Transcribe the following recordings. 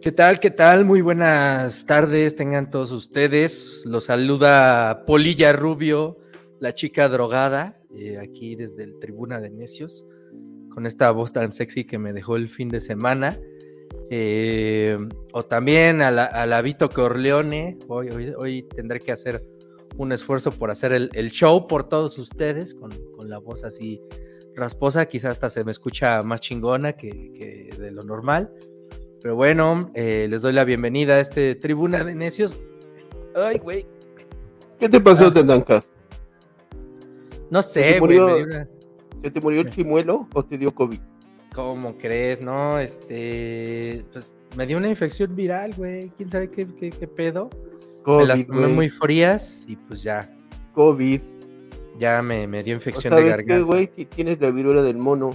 ¿Qué tal? ¿Qué tal? Muy buenas tardes, tengan todos ustedes. Los saluda Polilla Rubio, la chica drogada, aquí desde el Tribuna de Necios, con esta voz tan sexy que me dejó el fin de semana. O también a la Vito Corleone. Hoy tendré que hacer un esfuerzo por hacer el show por todos ustedes, con la voz así rasposa. Quizás hasta se me escucha más chingona que de lo normal. Pero bueno, les doy la bienvenida a este Tribuna de Necios. Ay, güey. ¿Qué te pasó, Tatanka? No sé, güey. ¿Se te murió el chimuelo o te dio COVID? ¿Cómo crees? No, pues me dio una infección viral, güey. ¿Quién sabe qué pedo? COVID, me las tomé güey. muy frías y pues ya. COVID. Ya me dio infección de garganta. ¿Sabes qué, güey? Tienes la viruela del mono.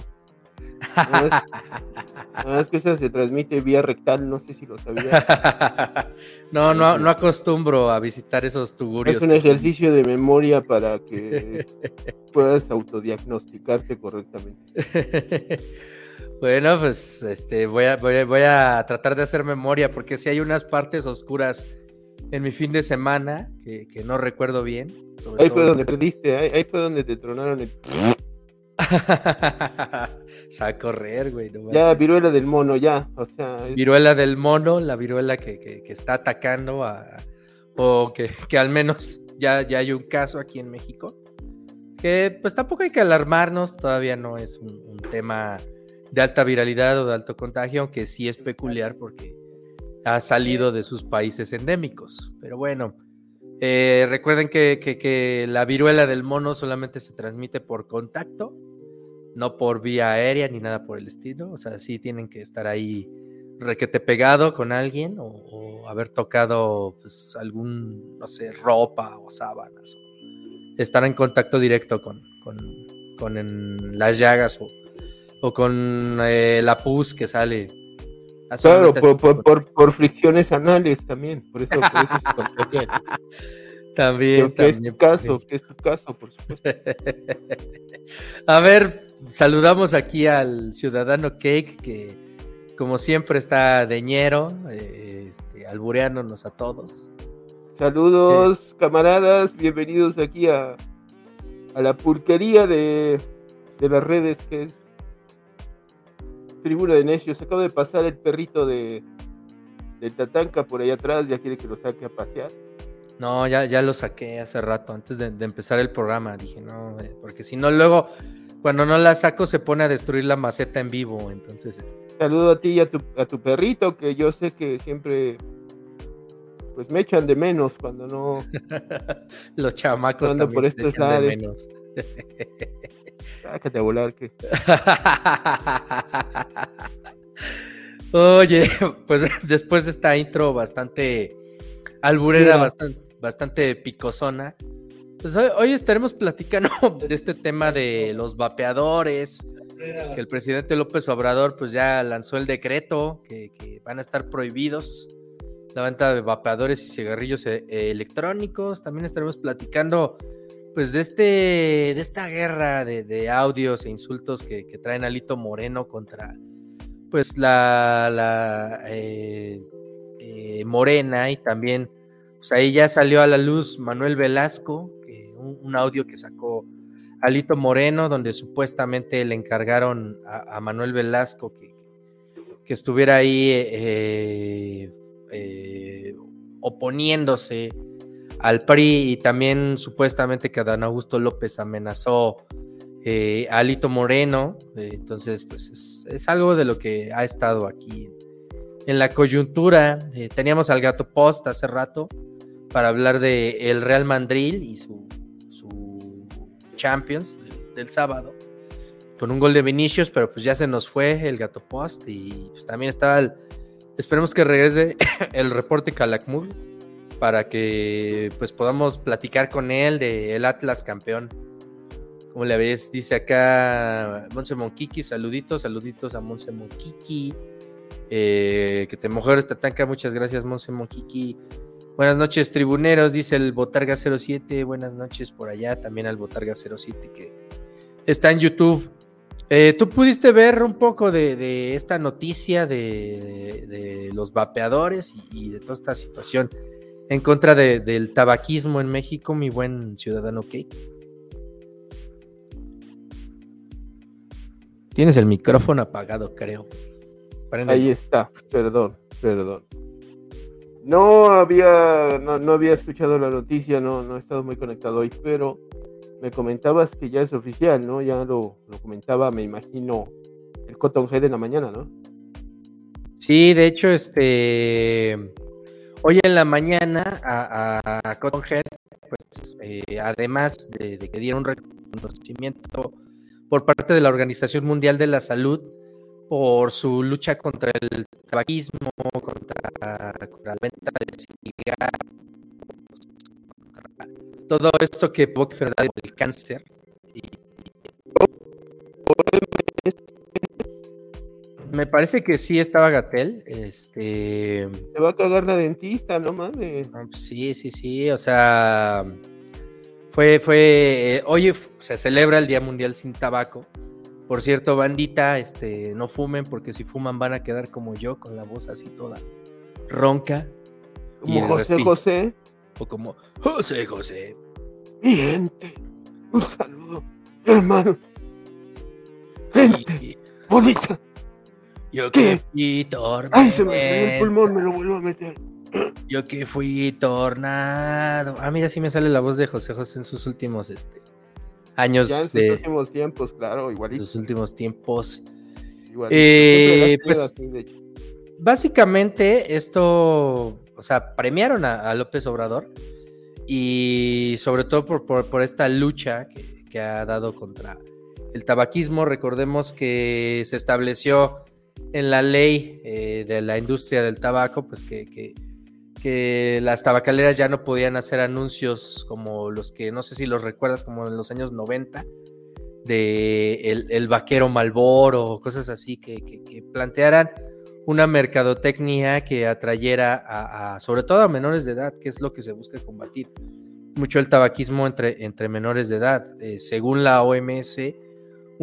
Es que esa se transmite vía rectal, no sé si lo sabías. No acostumbro a visitar esos tugurios. Es un ejercicio de memoria para que puedas autodiagnosticarte correctamente. Bueno, pues voy a tratar de hacer memoria, porque sí hay unas partes oscuras en mi fin de semana que no recuerdo bien. Ahí fue donde perdiste, ahí fue donde te tronaron el... A correr, güey. No ya, viruela del mono, ya. O sea, viruela del mono, la viruela que está atacando o que al menos ya hay un caso aquí en México. Que pues tampoco hay que alarmarnos, todavía no es un tema de alta viralidad o de alto contagio, aunque sí es peculiar porque ha salido de sus países endémicos. Pero bueno, recuerden que la viruela del mono solamente se transmite por contacto, no por vía aérea ni nada por el estilo. O sea, sí tienen que estar ahí requete pegado con alguien o haber tocado pues algún, no sé, ropa o sábanas, o estar en contacto directo con las llagas o con la pus que sale. Claro, por fricciones anales también, por eso se contagian. También. Que es tu caso, por supuesto. A ver, saludamos aquí al ciudadano Cake, que como siempre está deñero, albureándonos a todos. Saludos, camaradas, bienvenidos aquí a la pulquería de las redes, que es Tribuna de Necios. Acabo de pasar el perrito del Tatanka por ahí atrás, ya quiere que lo saque a pasear. No, ya lo saqué hace rato, antes de empezar el programa. Dije, no, porque si no, luego, cuando no la saco, se pone a destruir la maceta en vivo. Entonces, Saludo a ti y a tu perrito, que yo sé que siempre pues me echan de menos cuando no. Los chamacos también por estos echan de menos. Sácate a volar, que. Oye, pues después de esta intro bastante alburera, bastante picosona, pues hoy estaremos platicando de este tema de los vapeadores, que el presidente López Obrador pues ya lanzó el decreto que van a estar prohibidos la venta de vapeadores y cigarrillos electrónicos. También estaremos platicando pues de esta guerra de audios e insultos que traen Alito Moreno contra pues la Morena, y también pues ahí ya salió a la luz Manuel Velasco, un audio que sacó Alito Moreno, donde supuestamente le encargaron a Manuel Velasco que estuviera ahí oponiéndose al PRI, y también supuestamente que Adán Augusto López amenazó a Alito Moreno. Entonces pues es algo de lo que ha estado aquí en la coyuntura. Teníamos al Gato Post hace rato para hablar de el Real Madrid y su Champions del sábado, con un gol de Vinicius, pero pues ya se nos fue el Gato Post. Y pues también estaba esperemos que regrese el reporte Calakmul para que pues podamos platicar con él del Atlas campeón. ¿Cómo le ves? Dice acá Monse Monquiqui, saluditos a Monse Monquiqui. Que te mejores, Tatanka. Muchas gracias, Monse Monquiqui. Buenas noches, tribuneros, dice el Botarga 07. Buenas noches por allá, también al Botarga 07 que está en YouTube. ¿Tú pudiste ver un poco de esta noticia de los vapeadores y de toda esta situación en contra del tabaquismo en México, mi buen ciudadano Cake? Tienes el micrófono apagado, creo. Ahí está, perdón. No había escuchado la noticia, no he estado muy conectado hoy, pero me comentabas que ya es oficial, ¿no? Ya lo comentaba, me imagino, el Cotton Head en la mañana, ¿no? Sí, de hecho, hoy en la mañana a Cotton Head, pues, además de que dieron un reconocimiento por parte de la Organización Mundial de la Salud por su lucha contra el tabaquismo, contra la venta de cigarros, todo esto que provoca enfermedades del cáncer. Y me parece que sí estaba Gatell. Se va a cagar la dentista, no mames. Sí, o sea, hoy se celebra el Día Mundial sin Tabaco. Por cierto, bandita, no fumen, porque si fuman van a quedar como yo, con la voz así toda ronca. Como José. O como José. Mi gente, un saludo, hermano. Gente bonita. Yo que fui tornado. Ay, se me salió el pulmón, me lo vuelvo a meter. Yo que fui tornado. Ah, mira, sí me sale la voz de José en sus últimos años. Ya en sus últimos tiempos, claro, igualito. En sus últimos tiempos. Pues, así, de hecho. Básicamente esto, o sea, premiaron a López Obrador y sobre todo por esta lucha que ha dado contra el tabaquismo. Recordemos que se estableció en la ley de la industria del tabaco, pues que las tabacaleras ya no podían hacer anuncios como los que, no sé si los recuerdas, como en los años 90, de el vaquero Marlboro o cosas así, que plantearan una mercadotecnia que atrayera sobre todo a menores de edad, que es lo que se busca combatir mucho el tabaquismo entre menores de edad. Según la OMS, un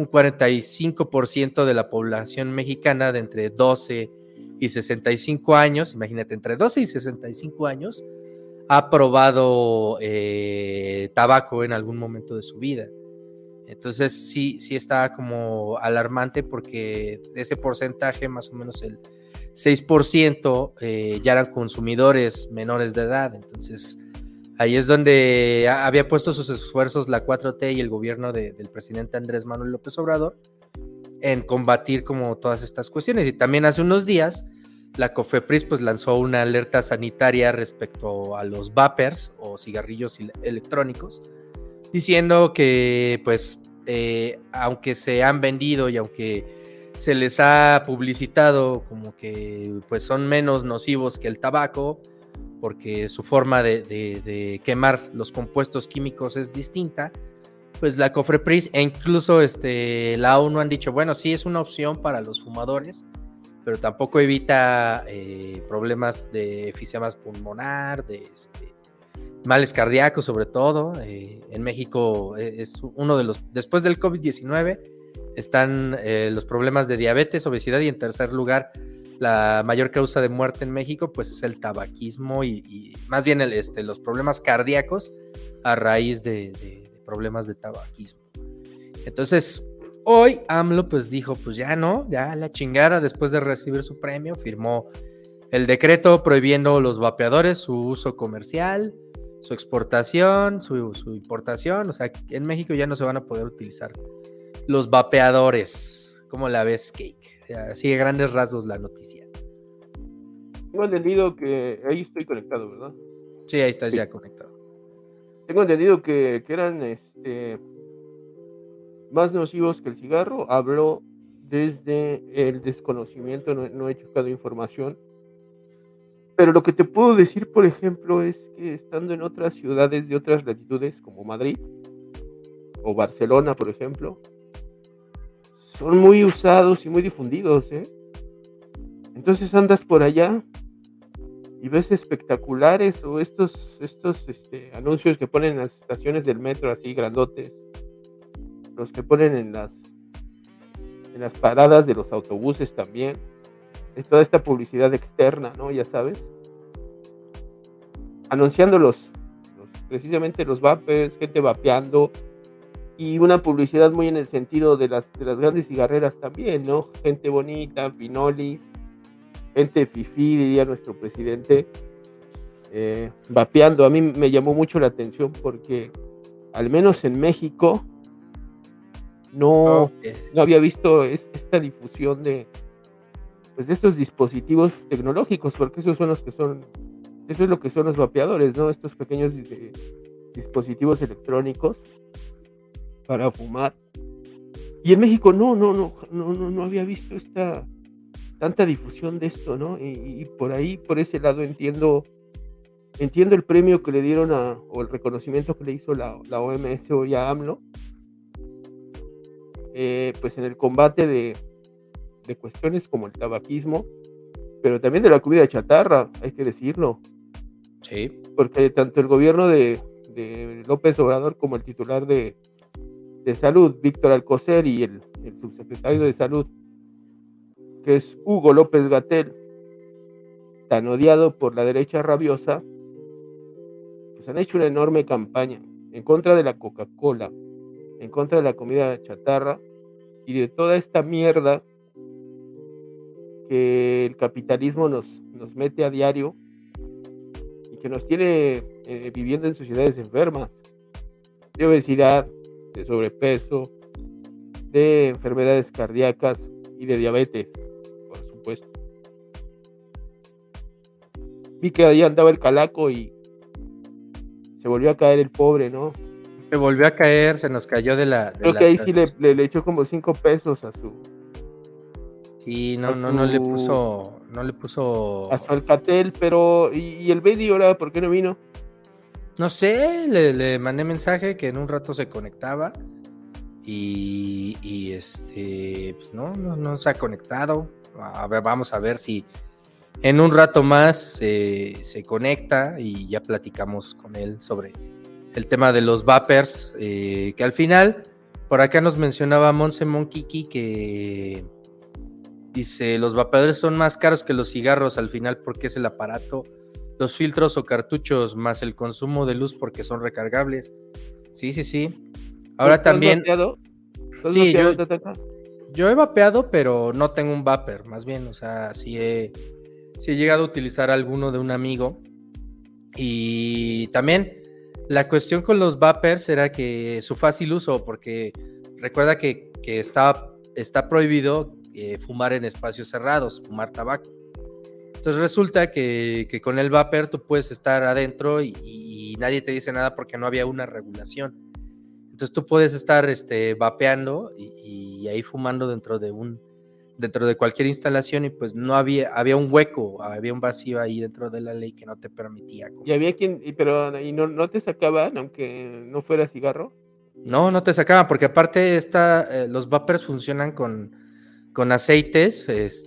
45% de la población mexicana de entre 12 y 65 años, imagínate, entre 12 y 65 años, ha probado tabaco en algún momento de su vida. Entonces sí está como alarmante, porque de ese porcentaje, más o menos el 6% ya eran consumidores menores de edad. Entonces ahí es donde había puesto sus esfuerzos la 4T y el gobierno del presidente Andrés Manuel López Obrador en combatir como todas estas cuestiones. Y también hace unos días la COFEPRIS pues lanzó una alerta sanitaria respecto a los vapers o cigarrillos electrónicos, diciendo que pues aunque se han vendido y aunque se les ha publicitado como que pues son menos nocivos que el tabaco, porque su forma de quemar los compuestos químicos es distinta, pues la COFEPRIS e incluso la ONU han dicho, bueno, sí es una opción para los fumadores, pero tampoco evita problemas de efisema pulmonar, de males cardíacos sobre todo. En México es uno de los, después del COVID-19 están los problemas de diabetes, obesidad, y en tercer lugar la mayor causa de muerte en México pues es el tabaquismo y más bien los problemas cardíacos a raíz de problemas de tabaquismo. Entonces hoy AMLO pues dijo, pues ya no, ya la chingada. Después de recibir su premio firmó el decreto prohibiendo los vapeadores, su uso comercial, su exportación, su importación. O sea, en México ya no se van a poder utilizar los vapeadores. ¿Cómo la ves, Cake? Sigue grandes rasgos la noticia. Tengo entendido que ahí estoy conectado, ¿verdad? Sí, ahí estás ya conectado. Tengo entendido que eran más nocivos que el cigarro. Habló desde el desconocimiento, no he checado información. Pero lo que te puedo decir, por ejemplo, es que estando en otras ciudades de otras latitudes, como Madrid o Barcelona, por ejemplo, son muy usados y muy difundidos, ¿eh? Entonces andas por allá y ves espectaculares o estos anuncios que ponen en las estaciones del metro así grandotes, los que ponen en en las paradas de los autobuses también. Es toda esta publicidad externa, ¿no? Ya sabes, anunciando precisamente los vapers, gente vapeando, y una publicidad muy en el sentido de las grandes cigarreras también, ¿no? Gente bonita, finolis, gente fifí, diría nuestro presidente, vapeando. A mí me llamó mucho la atención porque, al menos en México, no había visto esta difusión de estos dispositivos tecnológicos, porque eso es lo que son los vapeadores, ¿no? Estos pequeños dispositivos electrónicos para fumar. Y en México no había visto tanta difusión de esto, ¿no? Y por ahí, por ese lado, entiendo el premio que le dieron o el reconocimiento que le hizo la OMS hoy a AMLO, pues en el combate de cuestiones como el tabaquismo, pero también de la comida chatarra, hay que decirlo. Sí. Porque tanto el gobierno de López Obrador como el titular de Salud, Víctor Alcocer, y el subsecretario de Salud, que es Hugo López-Gatell, tan odiado por la derecha rabiosa, pues han hecho una enorme campaña en contra de la Coca-Cola, en contra de la comida chatarra y de toda esta mierda que el capitalismo nos mete a diario y que nos tiene viviendo en sociedades enfermas, de obesidad, de sobrepeso, de enfermedades cardíacas y de diabetes, por supuesto. Vi que ahí andaba el calaco y se volvió a caer el pobre, ¿no? Se volvió a caer, se nos cayó de la... Creo que ahí sí le echó como 5 pesos a su... Sí, no le puso... a su Alcatel, pero... ¿Y el Bailey ahora por qué no vino? No sé, le mandé mensaje que en un rato se conectaba y pues no se ha conectado. A ver, vamos a ver si en un rato más se conecta y ya platicamos con él sobre el tema de los vapers, que al final, por acá nos mencionaba Monse Monkiki que dice, los vapeadores son más caros que los cigarros al final porque es el aparato, los filtros o cartuchos, más el consumo de luz porque son recargables. Sí. Ahora también... ¿Has vapeado, yo he vapeado, pero no tengo un vapor, más bien, o sea, sí he llegado a utilizar alguno de un amigo. Y también la cuestión con los vapers era que su fácil uso, porque recuerda que está prohibido fumar en espacios cerrados, fumar tabaco. Entonces resulta que con el vapor tú puedes estar adentro y nadie te dice nada porque no había una regulación. Entonces tú puedes estar vapeando y ahí fumando dentro de cualquier instalación y pues no había un hueco, había un vacío ahí dentro de la ley que no te permitía. ¿Y había quien, pero no te sacaban aunque no fuera cigarro? No te sacaban porque aparte los vapers funcionan con aceites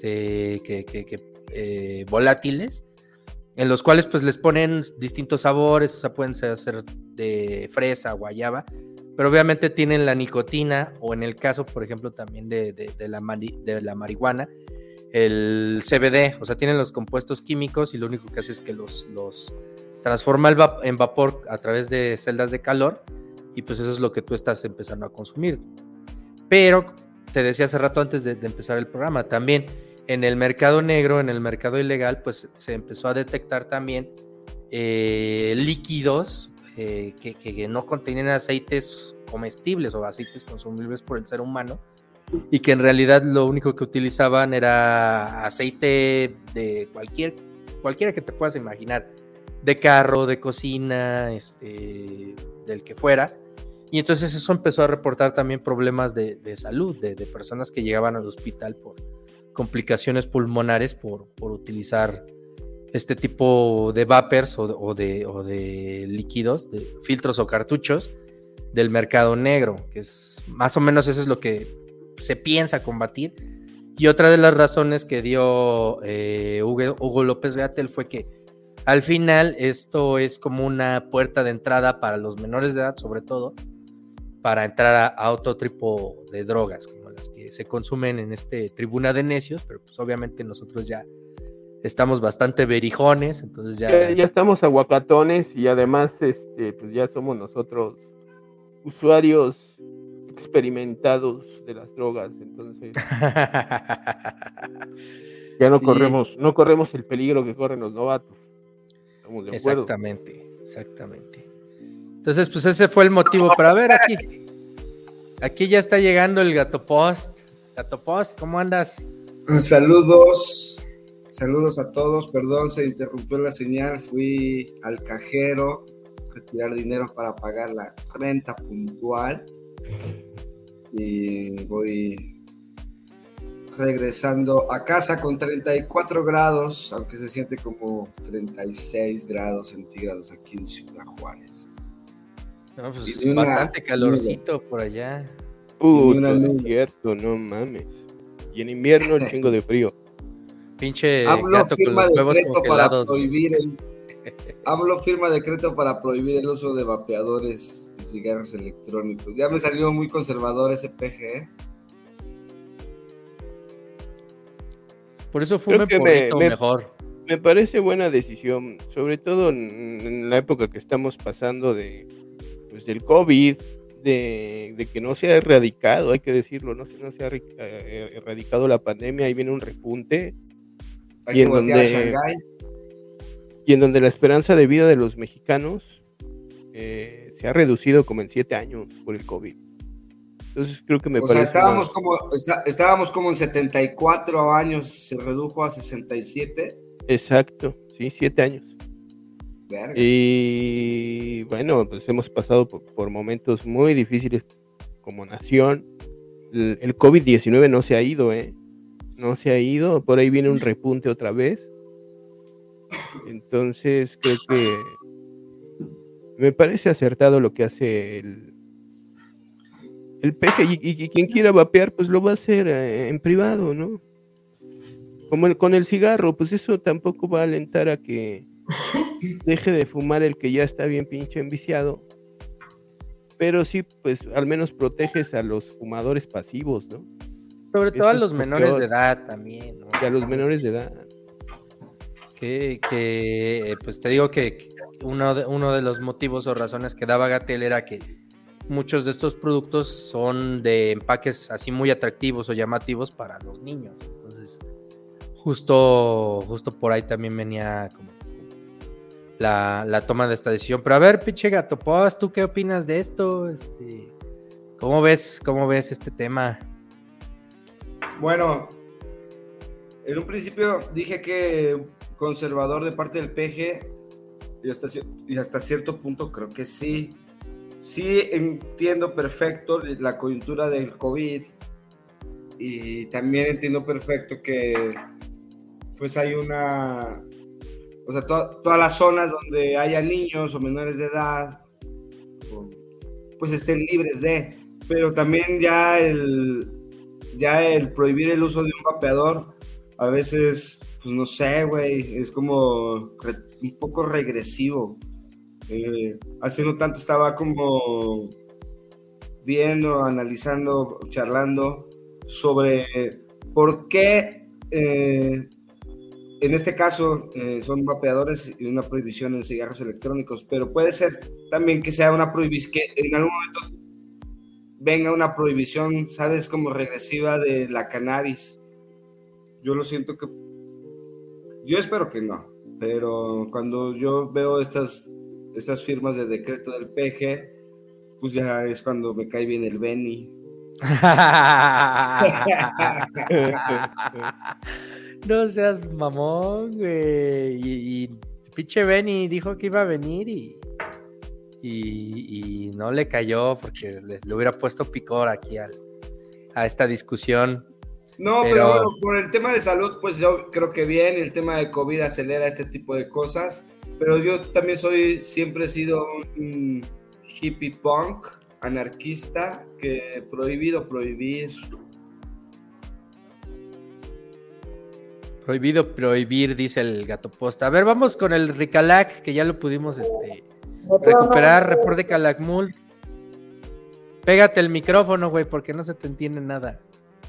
volátiles, en los cuales pues les ponen distintos sabores, o sea, pueden ser de fresa, guayaba, pero obviamente tienen la nicotina, o en el caso, por ejemplo, también de la marihuana, el CBD, o sea, tienen los compuestos químicos y lo único que hace es que los transforma en vapor a través de celdas de calor y pues eso es lo que tú estás empezando a consumir. Pero te decía hace rato antes de empezar el programa, también en el mercado negro, en el mercado ilegal, pues se empezó a detectar también líquidos que no contenían aceites comestibles o aceites consumibles por el ser humano y que en realidad lo único que utilizaban era aceite de cualquiera que te puedas imaginar, de carro, de cocina, del que fuera. Y entonces eso empezó a reportar también problemas de salud, de personas que llegaban al hospital por complicaciones pulmonares por utilizar este tipo de vapers o de líquidos, de filtros o cartuchos del mercado negro, que es más o menos eso es lo que se piensa combatir. Y otra de las razones que dio Hugo López-Gatell fue que al final esto es como una puerta de entrada para los menores de edad, sobre todo, para entrar a otro tipo de drogas, como que se consumen en tribuna de necios, pero pues obviamente nosotros ya estamos bastante berijones, entonces Ya estamos aguacatones y además, pues ya somos nosotros usuarios experimentados de las drogas, entonces ya Sí, no corremos el peligro que corren los novatos. Estamos de acuerdo. exactamente. Entonces, pues ese fue el motivo. Pero a ver, aquí ya está llegando el Gato Post. Gato Post, ¿cómo andas? Saludos a todos. Perdón, se interrumpió la señal. Fui al cajero a retirar dinero para pagar la renta puntual y voy regresando a casa con 34 grados, aunque se siente como 36 grados centígrados aquí en Ciudad Juárez. No, pues bastante calorcito por allá. Es cierto, no mames. Y en invierno el chingo de frío. Pinche gato con los huevos congelados. AMLO firma decreto para prohibir el uso de vapeadores y cigarros electrónicos. Ya me salió muy conservador ese PG, ¿eh? Por eso fumen porrito mejor. Me parece buena decisión, sobre todo en la época que estamos pasando del COVID, de que no se ha erradicado, hay que decirlo, no se ha erradicado la pandemia, ahí viene un repunte. Y en donde la esperanza de vida de los mexicanos se ha reducido como en 7 años por el COVID. Entonces creo que estábamos como en 74 años, se redujo a 67. Exacto, sí, 7 años. Verga. Y bueno, pues hemos pasado por momentos muy difíciles como nación. El COVID-19 no se ha ido, no se ha ido, por ahí viene un repunte otra vez. Entonces creo que me parece acertado lo que hace el peje, y quien quiera vapear pues lo va a hacer en privado, ¿no? Como con el cigarro, pues eso tampoco va a alentar a que deje de fumar el que ya está bien pinche enviciado, pero sí, pues al menos proteges a los fumadores pasivos, ¿no? Sobre todo a los menores de edad también, ¿no? Y a los menores de edad. Que pues te digo que uno de los motivos o razones que daba Gatell era que muchos de estos productos son de empaques así muy atractivos o llamativos para los niños. Entonces, justo por ahí también venía como la toma de esta decisión. Pero a ver, pinche Gato Post, ¿tú qué opinas de esto? ¿Cómo ves este tema? Bueno, en un principio dije que conservador de parte del PG y hasta cierto punto creo que sí. Sí entiendo perfecto la coyuntura del COVID y también entiendo perfecto que pues hay todas las zonas donde haya niños o menores de edad pues estén libres pero también ya el prohibir el uso de un vapeador a veces, pues no sé, güey, es como un poco regresivo. Hace no tanto estaba como viendo, analizando, charlando sobre por qué en este caso son vapeadores y una prohibición en cigarros electrónicos, pero puede ser también que sea una prohibición, que en algún momento venga una prohibición, ¿sabes? Como regresiva de la cannabis. Yo lo siento que... Yo espero que no, pero cuando yo veo estas firmas de decreto del PG, pues ya es cuando me cae bien el Benny. No seas mamón, güey. Y pinche Benny dijo que iba a venir y no le cayó porque le hubiera puesto picor aquí a esta discusión. No, pero bueno, por el tema de salud, pues yo creo que bien, el tema de COVID acelera este tipo de cosas, pero yo también siempre he sido un hippie punk, anarquista, que prohibido prohibir. Prohibido prohibir, dice el Gato Post. A ver, vamos con el Ricalac, que ya lo pudimos recuperar, report de Calakmul. Pégate el micrófono, güey, porque no se te entiende nada.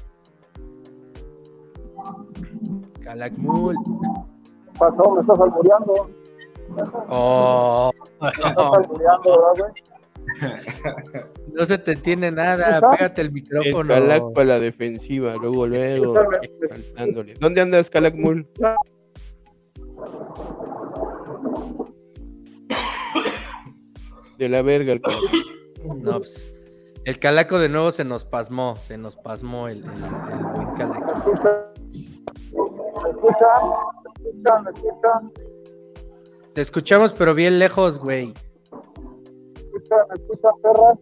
Calakmul. ¿Qué pasó? ¿Me estás albureando? Oh, ¿Me estás albureando, verdad, güey? no se te entiende nada. ¿Está? Pégate el El micrófono. Calac para la defensiva, luego, saltándole. ¿Dónde andas, Calakmul? De la verga el Calac. No, pues, el calaco de nuevo se nos pasmó el buen Calaquín. ¿Me escuchan? Te escuchamos, pero bien lejos, güey. ¿Me escuchan, perras?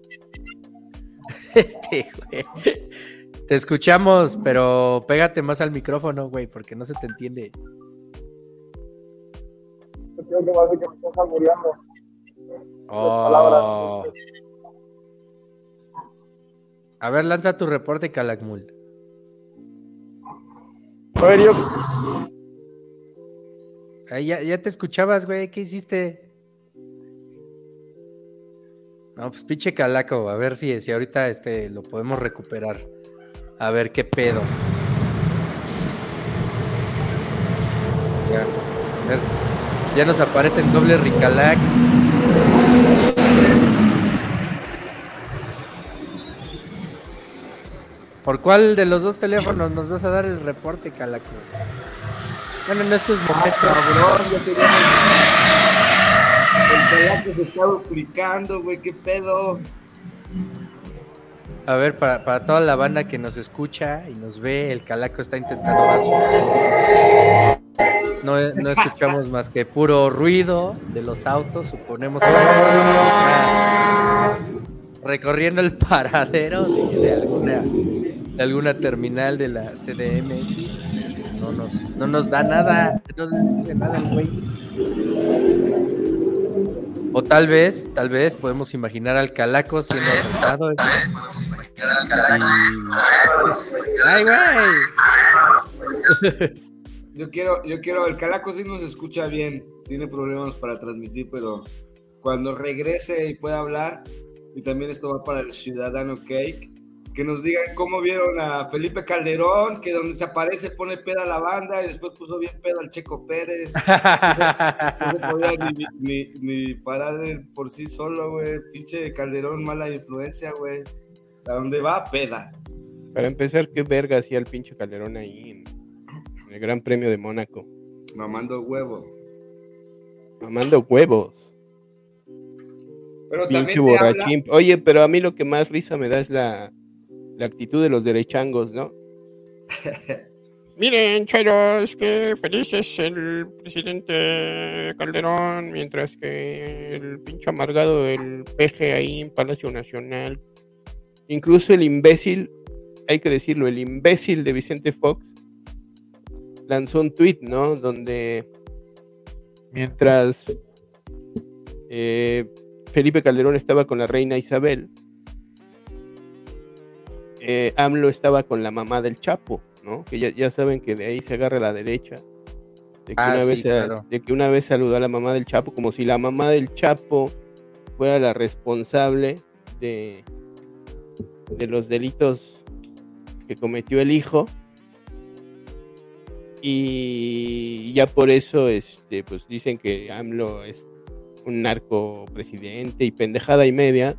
Güey. Te escuchamos, pero pégate más al micrófono, güey, porque no se te entiende. Creo que va a ser que me estás albureando. Oh. A ver, lanza tu reporte, Calakmul. A ver, yo... Ahí ya te escuchabas, güey. ¿Qué hiciste? No, pues pinche calaco. A ver si ahorita lo podemos recuperar. A ver qué pedo. Ya, a ver, ya nos aparece en doble Ricalac. ¿Por cuál de los dos teléfonos nos vas a dar el reporte, calaco? Bueno, en estos momentos. Cabrón, ya te el calaco se está duplicando, güey, qué pedo. A ver, para toda la banda que nos escucha y nos ve, el calaco está intentando dar su... No escuchamos más que puro ruido de los autos, suponemos que está recorriendo el paradero de alguna terminal de la CDMX. No nos da nada, no nos dice nada el güey. O tal vez podemos imaginar al calaco siendo asaltado. ¡Ay, güey! Yo quiero, el calaco sí nos escucha bien, tiene problemas para transmitir, pero cuando regrese y pueda hablar, y también esto va para el Ciudadano Cake, que nos digan cómo vieron a Felipe Calderón, que donde se aparece pone peda a la banda y después puso bien peda al Checo Pérez. No se podía ni parar por sí solo, güey. Pinche Calderón, mala influencia, güey. ¿A dónde va? Peda. Para empezar, ¿qué verga hacía el pinche Calderón ahí en el Gran Premio de Mónaco? Mamando huevo. Mamando huevos. Pero Pinche también borrachín. Oye, pero a mí lo que más risa me da es la actitud de los derechangos, ¿no? Miren, chairos, que feliz es el presidente Calderón, mientras que el pinche amargado del PG ahí en Palacio Nacional. Incluso el imbécil, hay que decirlo, el imbécil de Vicente Fox lanzó un tweet, ¿no? Donde mientras Felipe Calderón estaba con la reina Isabel, AMLO estaba con la mamá del Chapo, ¿no? Que ya saben que de ahí se agarra la derecha. De que una vez saludó a la mamá del Chapo, como si la mamá del Chapo fuera la responsable de los delitos que cometió el hijo. Y ya por eso pues dicen que AMLO es un narco presidente y pendejada y media.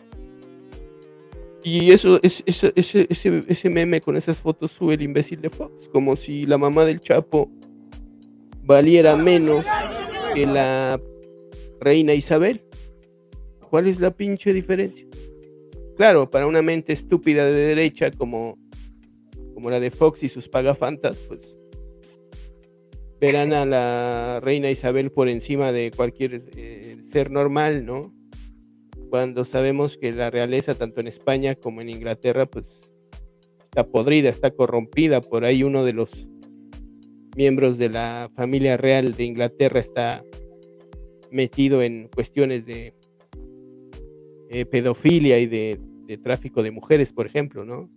Y ese meme con esas fotos sube el imbécil de Fox, como si la mamá del Chapo valiera menos que la reina Isabel. ¿Cuál es la pinche diferencia? Claro, para una mente estúpida de derecha como la de Fox y sus pagafantas, pues verán a la reina Isabel por encima de cualquier ser normal, ¿no? Cuando sabemos que la realeza, tanto en España como en Inglaterra, pues está podrida, está corrompida. Por ahí uno de los miembros de la familia real de Inglaterra está metido en cuestiones de pedofilia y de tráfico de mujeres, por ejemplo, ¿no?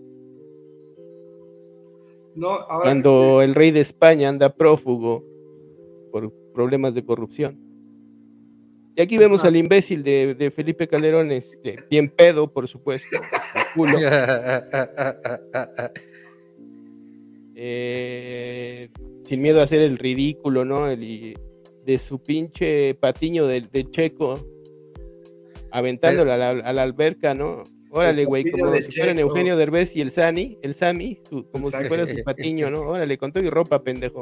Cuando el rey de España anda prófugo por problemas de corrupción. Y aquí vemos al imbécil de Felipe Calderón, bien pedo, por supuesto, el culo. sin miedo a hacer el ridículo, ¿no? De su pinche patiño de Checo, aventándolo a la alberca, ¿no? Órale, güey, patiño como de si fueran Checo. Eugenio Derbez y el Sami, como si Exacto. fuera su patiño, ¿no? Órale, con todo y ropa, pendejo.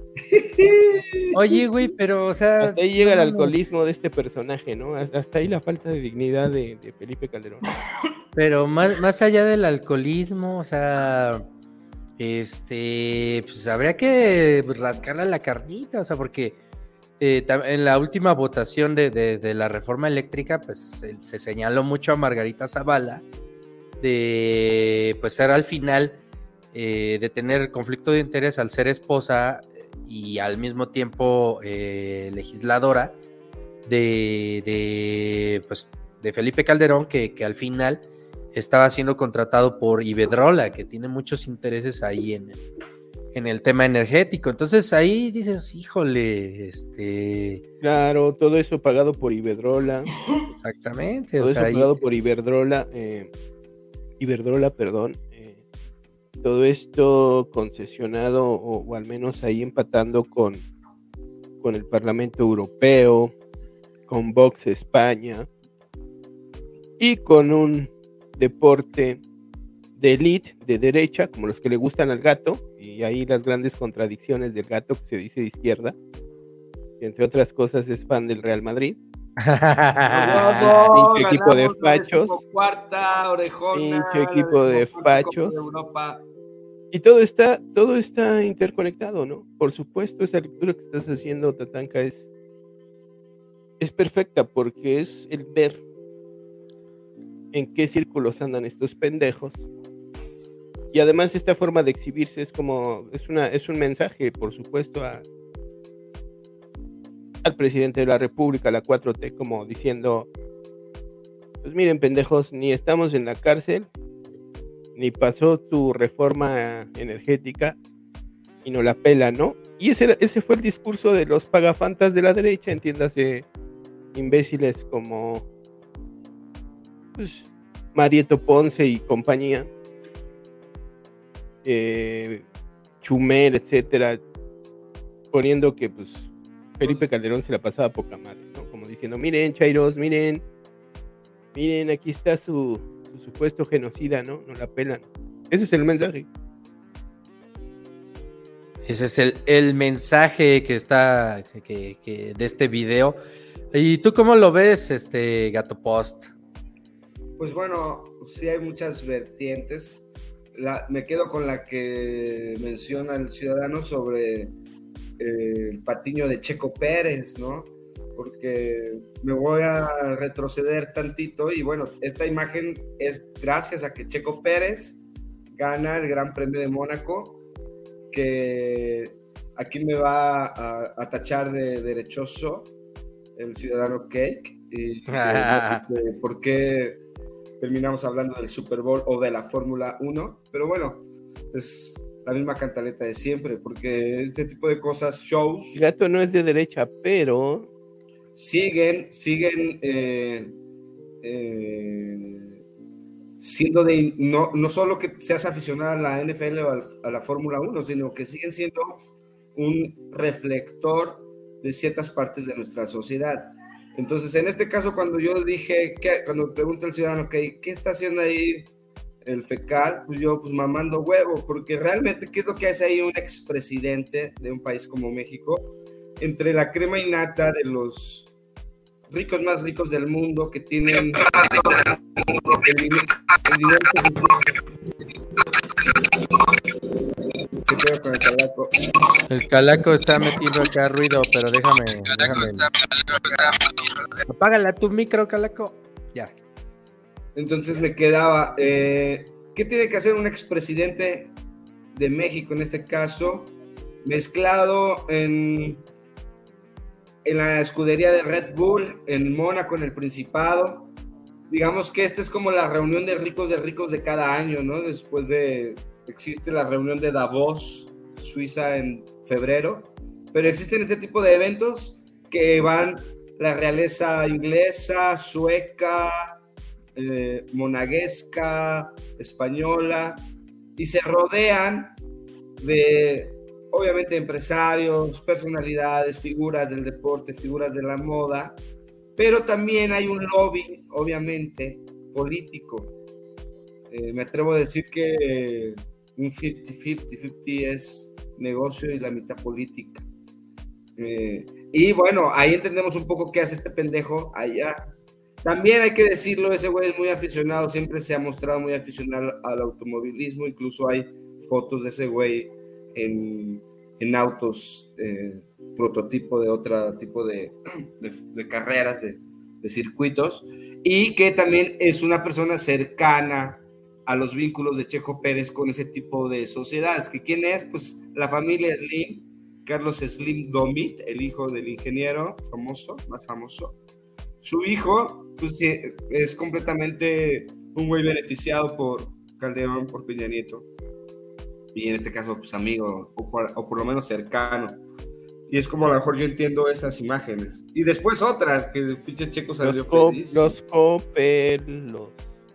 Oye, güey, pero, o sea. Hasta ahí llega el no, alcoholismo de este personaje, ¿no? Hasta ahí la falta de dignidad de Felipe Calderón. Pero más allá del alcoholismo, o sea. Pues habría que rascarle a la carnita, o sea, porque en la última votación de la reforma eléctrica, pues se señaló mucho a Margarita Zavala de pues ser al final de tener conflicto de interés al ser esposa y al mismo tiempo legisladora pues, de Felipe Calderón, que al final estaba siendo contratado por Iberdrola, que tiene muchos intereses ahí en el tema energético. Entonces ahí dices, híjole, Claro, todo eso pagado por Iberdrola. Exactamente. Todo o sea, eso pagado por Iberdrola, perdón. Todo esto concesionado o al menos ahí empatando con el Parlamento Europeo, con Vox España y con un deporte de élite, de derecha, como los que le gustan al gato, y ahí las grandes contradicciones del gato que se dice de izquierda, que entre otras cosas es fan del Real Madrid. Pinche equipo de fachos. Cuarta, orejona. Pinche equipo de fachos. De Europa. Y todo está interconectado, ¿no? Por supuesto, esa lectura que estás haciendo, Tatanka, es perfecta porque es el ver en qué círculos andan estos pendejos. Y además esta forma de exhibirse es un mensaje, por supuesto, al presidente de la República, a la 4T, como diciendo, pues miren, pendejos, ni estamos en la cárcel, ni pasó tu reforma energética y no la pela, ¿no? Y ese fue el discurso de los pagafantas de la derecha, entiéndase, imbéciles como pues Marieto Ponce y compañía, Chumel, etcétera, poniendo que pues Felipe Calderón se la pasaba poca madre, ¿no? Como diciendo, miren, chairos, miren, aquí está su supuesto genocida, ¿no? No la pelan. Ese es el mensaje. Ese es el mensaje que está que de este video. ¿Y tú cómo lo ves, Gato Post? Pues bueno, sí hay muchas vertientes. Me quedo con la que menciona el ciudadano sobre el patiño de Checo Pérez, ¿no? Porque me voy a retroceder tantito y bueno, esta imagen es gracias a que Checo Pérez gana el Gran Premio de Mónaco, que aquí me va a tachar de derechoso el ciudadano Cake y por qué terminamos hablando del Super Bowl o de la Fórmula 1, pero bueno, es la misma cantaleta de siempre, porque este tipo de cosas, shows... Gato no es de derecha, pero... Siguen siendo de... No solo que seas aficionado a la NFL o a la Fórmula 1, sino que siguen siendo un reflector de ciertas partes de nuestra sociedad. Entonces, en este caso, cuando yo dije, cuando pregunta el ciudadano, ¿qué está haciendo ahí el fecal? Pues yo, mamando huevo, porque realmente, ¿qué es lo que hace ahí un expresidente de un país como México? Entre la crema innata de los ricos más ricos del mundo, que tienen el dinero. ¿Qué pedo con el calaco? El calaco está metiendo acá ruido, pero déjame. Apágala tu micro, calaco. Ya. Entonces me quedaba, ¿qué tiene que hacer un expresidente de México en este caso? Mezclado en la escudería de Red Bull, en Mónaco, en el Principado. Digamos que esta es como la reunión de ricos de cada año, ¿no? Después existe la reunión de Davos, Suiza, en febrero, pero existen este tipo de eventos que van la realeza inglesa, sueca, monegasca, española, y se rodean de, obviamente, empresarios, personalidades, figuras del deporte, figuras de la moda, pero también hay un lobby, obviamente, político. Me atrevo a decir que un 50-50 es negocio y la mitad política. Y bueno, ahí entendemos un poco qué hace este pendejo allá. También hay que decirlo, ese güey es muy aficionado, siempre se ha mostrado muy aficionado al automovilismo, incluso hay fotos de ese güey en autos prototipo de otro tipo de carreras, de circuitos, y que también es una persona cercana a los vínculos de Checo Pérez con ese tipo de sociedades. ¿Que quién es? Pues la familia Slim, Carlos Slim Domit, el hijo del ingeniero más famoso. Su hijo, pues, es completamente un güey beneficiado por Calderón, por Peña Nieto. Y en este caso, pues amigo, o por lo menos cercano. Y es como a lo mejor yo entiendo esas imágenes. Y después otras, que el pinche Checo salió feliz. Los Coppel, los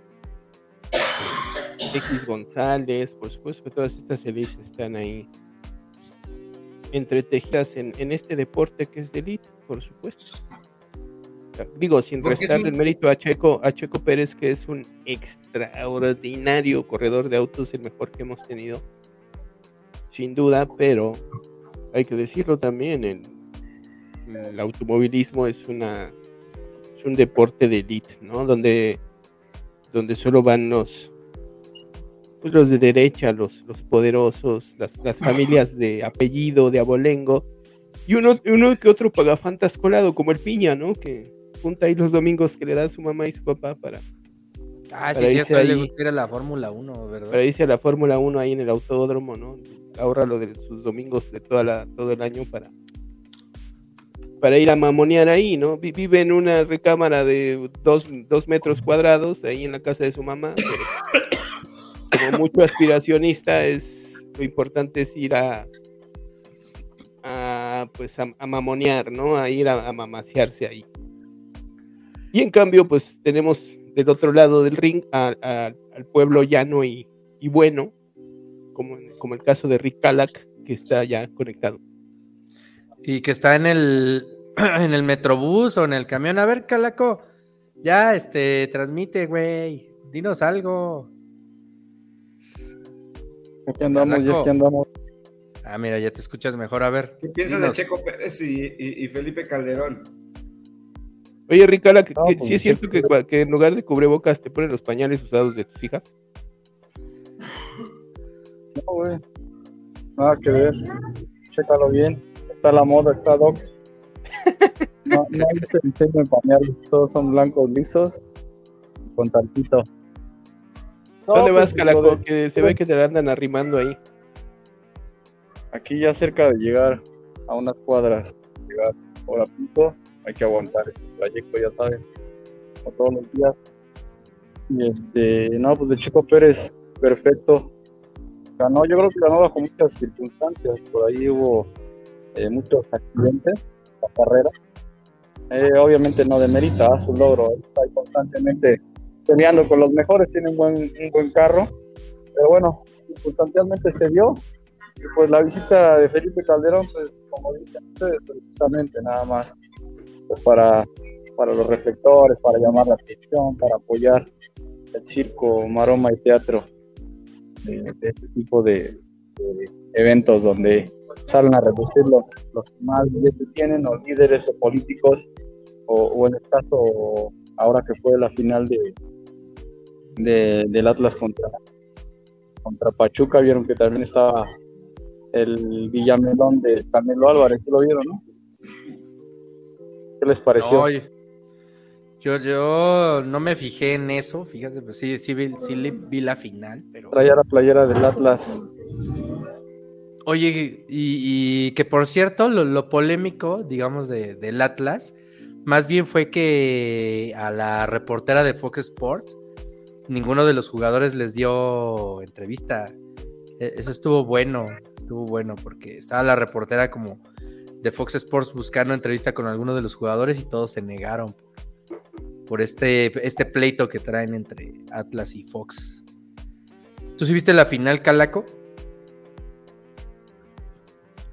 X González, por supuesto que todas estas élites están ahí entretejidas en este deporte que es de élite, por supuesto. Digo, sin restarle el mérito a Checo Pérez, que es un extraordinario corredor de autos, el mejor que hemos tenido, sin duda, pero hay que decirlo también, el automovilismo es un deporte de élite, ¿no? Donde solo van los de derecha, los poderosos, las familias de apellido, de abolengo, y uno que otro pagafantas colado, como el Piña, ¿no? Que junta ahí los domingos que le da su mamá y su papá para sí, cierto, a él le gusta ir a la Fórmula 1, ¿verdad? Para irse a la Fórmula 1 ahí en el autódromo, ¿no? Ahorra lo de sus domingos de todo el año para ir a mamonear ahí, ¿no? Vive en una recámara de 2 metros cuadrados ahí en la casa de su mamá, pero como mucho aspiracionista, lo importante es ir a mamonear, ¿no? A ir a mamasearse ahí. Y en cambio, pues tenemos del otro lado del ring al pueblo llano y bueno, como el caso de Rick Kalak, que está ya conectado. Y que está en el Metrobús o en el camión. A ver, Calaco, ya transmite, güey. Dinos algo. Aquí andamos, Calaco. ya aquí andamos. Ah, mira, ya te escuchas mejor. A ver. ¿Qué piensas de Checo Pérez y Felipe Calderón? Oye, Rick Kalak, No, pues, ¿sí es cierto que en lugar de cubrebocas te ponen los pañales usados de tus hijas? No, güey. Nada que ver. Chécalo bien. Está la moda, está Doc. No se enseñan pañales, todos son blancos lisos con tantito. No, ¿Dónde pues, vas, Calaco? Que se ve que te la andan arrimando ahí. Aquí ya cerca de llegar a unas cuadras, llegar por a punto, hay que aguantar el trayecto, ya saben, como todos los días. Y no, pues de Checo Pérez, perfecto. Ganó, yo creo que ganó bajo muchas circunstancias, por ahí hubo muchos accidentes en la carrera. Obviamente no demerita su logro, está ahí constantemente peleando con los mejores, tiene un buen carro, pero bueno, circunstancialmente se dio. Y pues la visita de Felipe Calderón, pues como dicen ustedes, precisamente nada más pues para los reflectores, para llamar la atención, para apoyar el circo, maroma y teatro de este tipo de eventos donde salen a reducir los que más billetes tienen, los líderes o políticos, o en el caso ahora que fue la final del Atlas contra Pachuca, vieron que también estaba el Villamelón de Canelo Álvarez, ¿sí lo vieron, no? ¿Qué les pareció? No, yo no me fijé en eso, fíjate, pues sí vi la final, pero... Traía la playera del Atlas. Oye, y que por cierto, lo polémico, digamos, del Atlas, más bien fue que a la reportera de Fox Sports, ninguno de los jugadores les dio entrevista. Eso estuvo bueno, porque estaba la reportera como de Fox Sports buscando entrevista con alguno de los jugadores y todos se negaron por este pleito que traen entre Atlas y Fox. ¿Tú sí viste la final, Calaco?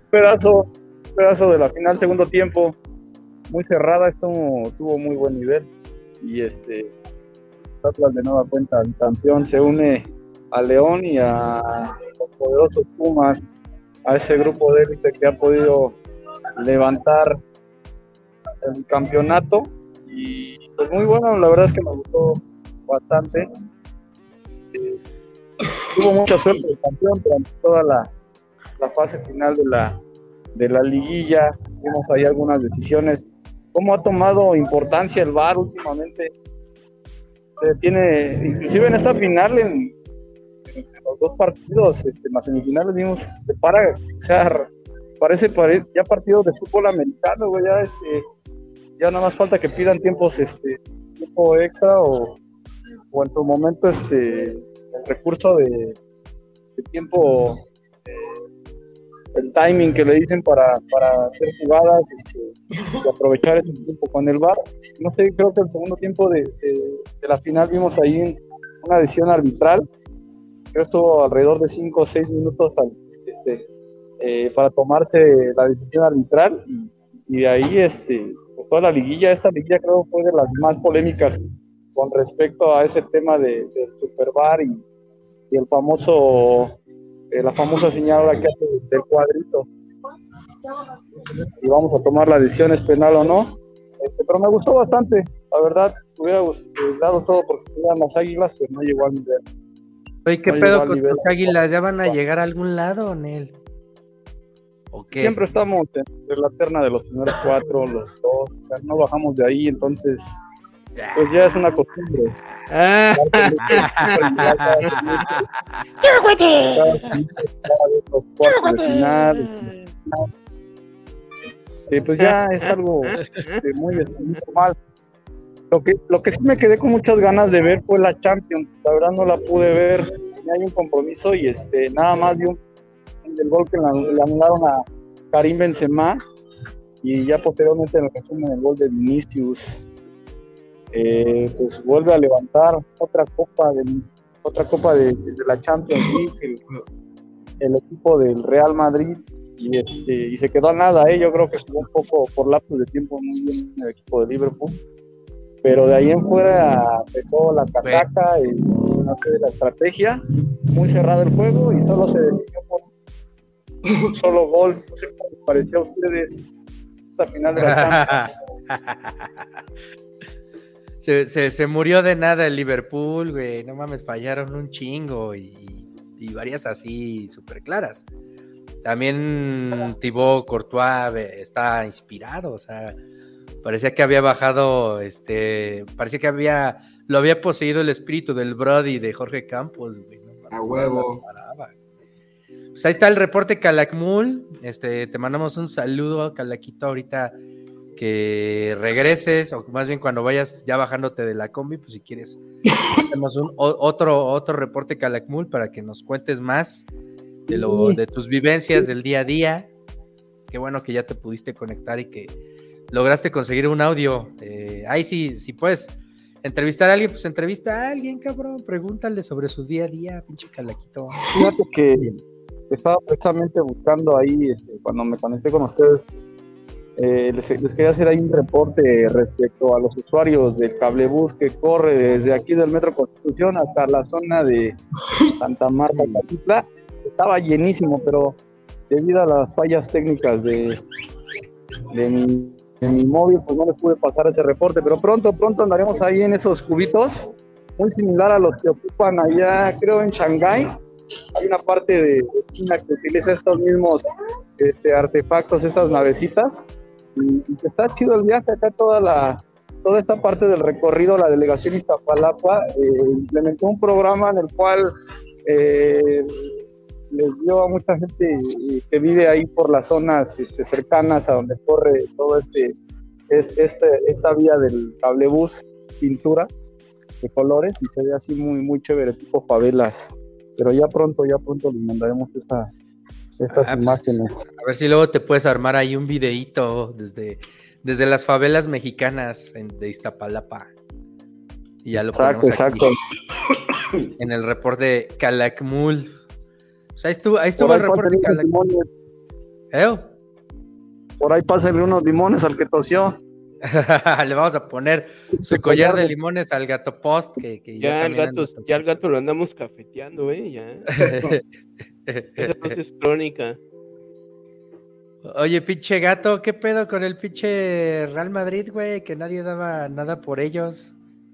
pedazo de la final, segundo tiempo, muy cerrada, tuvo muy buen nivel. Y Atlas de nueva cuenta, el campeón, se une a León y a los poderosos Pumas, a ese grupo de élite que ha podido levantar el campeonato. Y pues muy bueno, la verdad es que me gustó bastante. Tuvo mucha suerte el campeón durante toda la fase final de la liguilla. Vimos ahí algunas decisiones. ¿Cómo ha tomado importancia el VAR últimamente? Se tiene, inclusive en esta final, en los dos partidos, más semifinales, vimos, parece ya partidos de fútbol americano, güey, ya nada más falta que pidan tiempo extra o en tu momento el recurso de tiempo, el timing que le dicen para hacer jugadas y aprovechar ese tiempo con el VAR. No sé, creo que el segundo tiempo de la final vimos ahí una decisión arbitral, creo que estuvo alrededor de 5 o 6 minutos para tomarse la decisión arbitral, y de ahí pues toda esta liguilla creo fue de las más polémicas con respecto a ese tema del Super VAR y el famoso la famosa señal que hace del cuadrito, y vamos a tomar la decisión, es penal o no. Pero me gustó bastante, la verdad. Hubiera dado todo porque eran las Águilas, pero no llegó al nivel. Oye, ¿qué pedo con tus Águilas? ¿Ya van a llegar a algún lado, Nel? ¿O qué? Siempre estamos en la terna de los primeros 4, los 2, o sea, no bajamos de ahí, entonces pues ya es una costumbre. Pues ya es algo muy normal. Lo que sí me quedé con muchas ganas de ver fue la Champions. La verdad no la pude ver, hay un compromiso y nada más dio el gol que le anularon a Karim Benzema, y ya posteriormente en el resumen el gol de Vinicius. Pues vuelve a levantar otra copa de la Champions League, el equipo del Real Madrid, y se quedó a nada. Yo creo que jugó un poco por lapsos de tiempo muy bien el equipo de Liverpool, pero de ahí en fuera empezó la casaca y la estrategia, muy cerrado el juego, y solo se definió por un solo gol. No sé cómo les pareció a ustedes esta final de la Champions. Se murió de nada el Liverpool, güey. No mames, fallaron un chingo y varias así súper claras. También Thibaut Courtois está inspirado, o sea, parecía que había bajado, parecía que lo había poseído el espíritu del Brody de Jorge Campos, güey. No mames, a huevo. Pues ahí está el reporte Calakmul. Te mandamos un saludo, Calaquito, ahorita que regreses, o más bien cuando vayas ya bajándote de la combi, pues si quieres hacemos otro reporte Calakmul para que nos cuentes más de tus vivencias del día a día. Qué bueno que ya te pudiste conectar y que lograste conseguir un audio. Ahí si puedes entrevistar a alguien, pues entrevista a alguien, cabrón, pregúntale sobre su día a día, pinche Calaquito. Fíjate que estaba precisamente buscando ahí, cuando me conecté con ustedes, les quería hacer ahí un reporte respecto a los usuarios del cablebús que corre desde aquí del Metro Constitución hasta la zona de Santa Marta, Catitla. Estaba llenísimo, pero debido a las fallas técnicas de mi móvil, pues no les pude pasar ese reporte, pero pronto andaremos ahí en esos cubitos, muy similar a los que ocupan allá, creo, en Shanghái. Hay una parte de China que utiliza estos mismos artefactos, estas navecitas, y está chido el viaje. Acá toda esta parte del recorrido, la delegación Iztapalapa implementó un programa en el cual les dio a mucha gente que vive ahí por las zonas cercanas a donde corre todo esta vía del cablebús, pintura de colores, y se ve así muy, muy chévere, tipo favelas. Pero ya pronto les mandaremos estas imágenes. Pues, a ver si luego te puedes armar ahí un videíto desde las favelas mexicanas de Iztapalapa. Y ya lo ponemos exacto. En el reporte Calakmul. O sea, ahí estuvo el reporte Calakmul. Por ahí pásenle unos limones al que tosió. Le vamos a poner su collar de limones al gato post, que Ya el también gato, anda ya el gato lo andamos cafeteando, ya. Esa no es crónica. Oye, pinche gato, ¿qué pedo con el pinche Real Madrid, güey? Que nadie daba nada por ellos.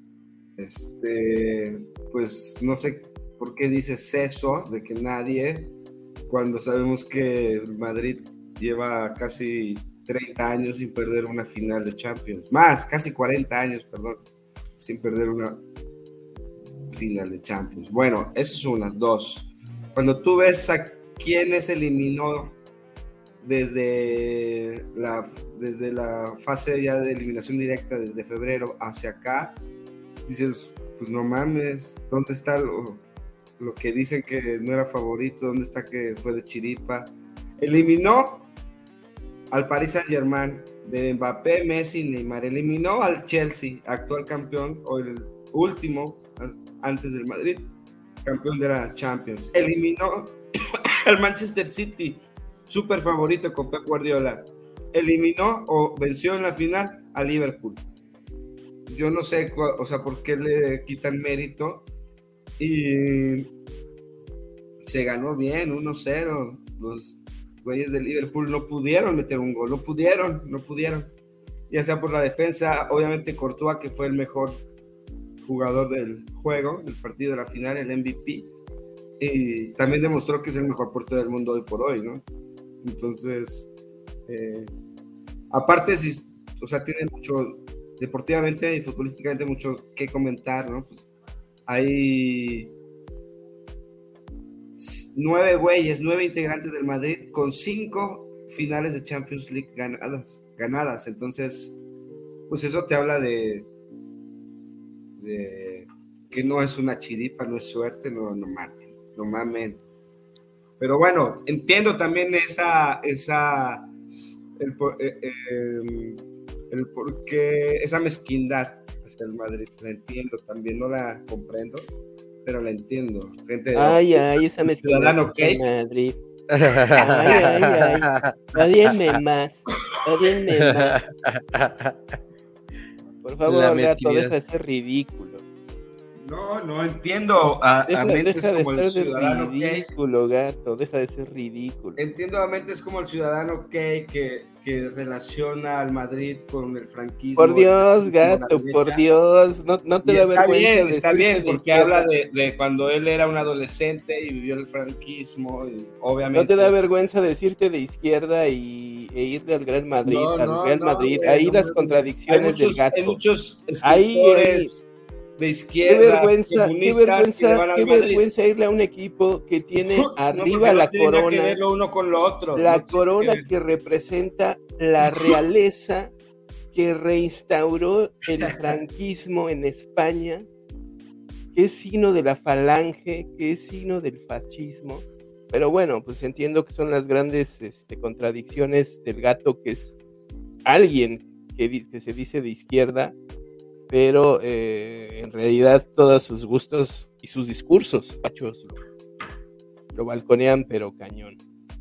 Pues no sé por qué dices eso, de que nadie, cuando sabemos que el Madrid lleva casi 30 años sin perder una final de Champions. Más, casi 40 años, perdón, sin perder una final de Champions. Bueno, eso es una. Dos, cuando tú ves a quienes eliminó desde la fase ya de eliminación directa, desde febrero hacia acá, dices, pues no mames, ¿dónde está lo que dicen que no era favorito? ¿Dónde está que fue de chiripa? Eliminó al Paris Saint-Germain de Mbappé, Messi, Neymar. Eliminó al Chelsea, actual campeón, o el último, antes del Madrid, campeón de la Champions. Eliminó al Manchester City, súper favorito con Pep Guardiola. Eliminó o venció en la final a Liverpool. Yo no sé, por qué le quitan mérito. Y se ganó bien, 1-0. Los güeyes de Liverpool no pudieron meter un gol, no pudieron. Ya sea por la defensa, obviamente Courtois, que fue el mejor jugador del juego, del partido de la final, el MVP. Y también demostró que es el mejor portero del mundo hoy por hoy, ¿no? Entonces, aparte, tiene mucho, deportivamente y futbolísticamente, mucho que comentar, ¿no? Pues hay 9 integrantes del Madrid con 5 finales de Champions League ganadas. Entonces, pues eso te habla de que no es una chiripa, no es suerte, no mamen. Pero bueno, entiendo también el por qué, esa mezquindad hacia el Madrid, la entiendo también, no la comprendo, pero la entiendo. Gente, esa mezquindad Ciudadano hacia Cake. Madrid. Ay. Odienme más. Por favor, gato, deja de ser ridículo. No entiendo a mentes Deja de como el ser Ciudadano ridículo, gato, deja de ser ridículo. Entiendo a mentes como el Ciudadano Cake que relaciona al Madrid con el franquismo. Por Dios, gato, por Dios, no te da vergüenza. Está bien, porque habla de cuando él era un adolescente y vivió el franquismo, y obviamente. ¿No te da vergüenza decirte de izquierda e irle al Real Madrid? Real Madrid, ahí las contradicciones del gato. Hay muchos escritores de izquierda, qué vergüenza irle a un equipo que tiene arriba la corona, que ver lo uno con lo otro, la corona que representa la realeza que reinstauró el franquismo en España, que es signo de la falange, que es signo del fascismo. Pero bueno, pues entiendo que son las grandes contradicciones del gato, que es alguien que se dice de izquierda, pero en realidad todos sus gustos y sus discursos fachos lo balconean, pero cañón.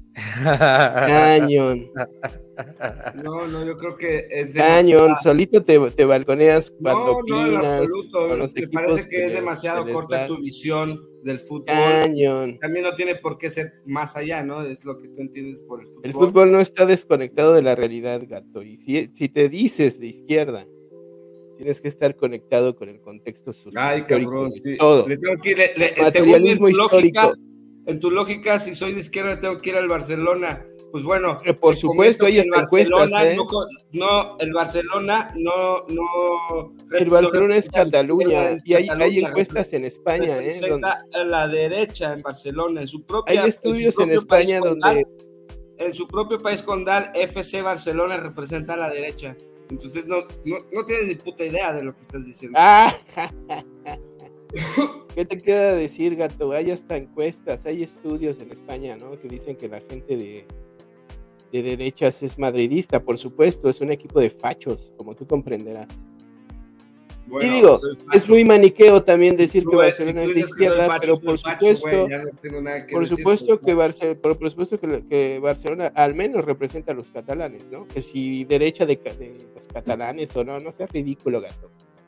No, yo creo que es cañón, solito te balconeas cuando opinas. No, en absoluto. Me parece que es demasiado corta tu visión del fútbol. Cañón. También no tiene por qué ser más allá, ¿no? Es lo que tú entiendes por el fútbol. El fútbol no está desconectado de la realidad, gato. Y si te dices de izquierda, tienes que estar conectado con el contexto social. Ay, cabrón, sí. Todo. Le tengo que ir, materialismo histórico. En tu lógica, si soy de izquierda, tengo que ir al Barcelona. Pues bueno, por supuesto, hay hasta encuestas, el Barcelona no. El Barcelona es Cataluña, y hay encuestas en España, a la derecha en Barcelona, en su propia. Hay estudios en España donde. En su propio país condal, FC Barcelona representa a la derecha. Entonces no tienes ni puta idea de lo que estás diciendo. ¿Qué te queda decir, gato? Hay hasta encuestas, hay estudios en España, ¿no? Que dicen que la gente de derechas es madridista, por supuesto, es un equipo de fachos, como tú comprenderás. Y digo, es muy maniqueo también decir que Barcelona es de izquierda, pero por supuesto que Barcelona al menos representa a los catalanes, ¿no? Que si derecha de los catalanes o no sea ridículo, gato.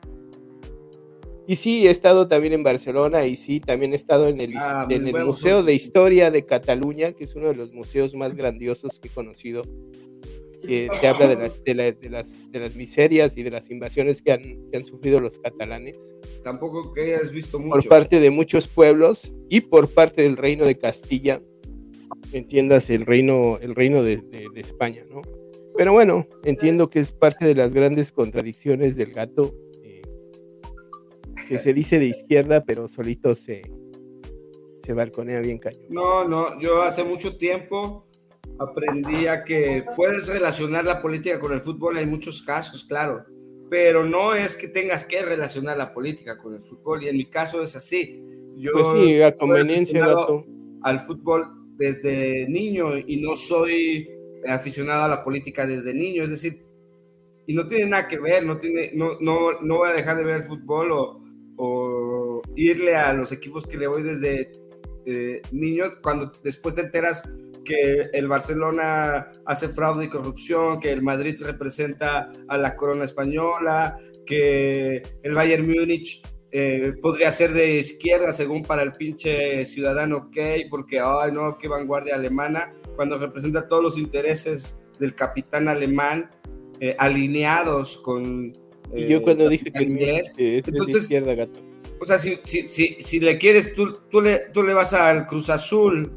Y sí, he estado también en Barcelona y sí, también he estado en el Museo de Historia de Cataluña, que es uno de los museos más grandiosos que he conocido, que habla de las miserias y de las invasiones que han sufrido los catalanes. Tampoco que hayas visto mucho. Por parte de muchos pueblos y por parte del Reino de Castilla, entiendas, el reino de España, ¿no? Pero bueno, entiendo que es parte de las grandes contradicciones del gato, que se dice de izquierda, pero solito se balconea bien cañón. No, yo hace mucho tiempo aprendí a que puedes relacionar la política con el fútbol, hay muchos casos, claro, pero no es que tengas que relacionar la política con el fútbol, y en mi caso es así. Yo pues sí, a conveniencia, gato. Al fútbol desde niño y no soy aficionado a la política desde niño, es decir, y no tiene nada que ver, no voy a dejar de ver el fútbol o irle a los equipos que le voy desde niño, cuando después te enteras que el Barcelona hace fraude y corrupción, que el Madrid representa a la corona española, que el Bayern Múnich podría ser de izquierda según para el pinche ciudadano, ok, porque ay no, qué vanguardia alemana, cuando representa todos los intereses del capitán alemán alineados con y yo cuando dije que inglés, entonces, de izquierda, gato. O sea, si le quieres, tú le vas al Cruz Azul.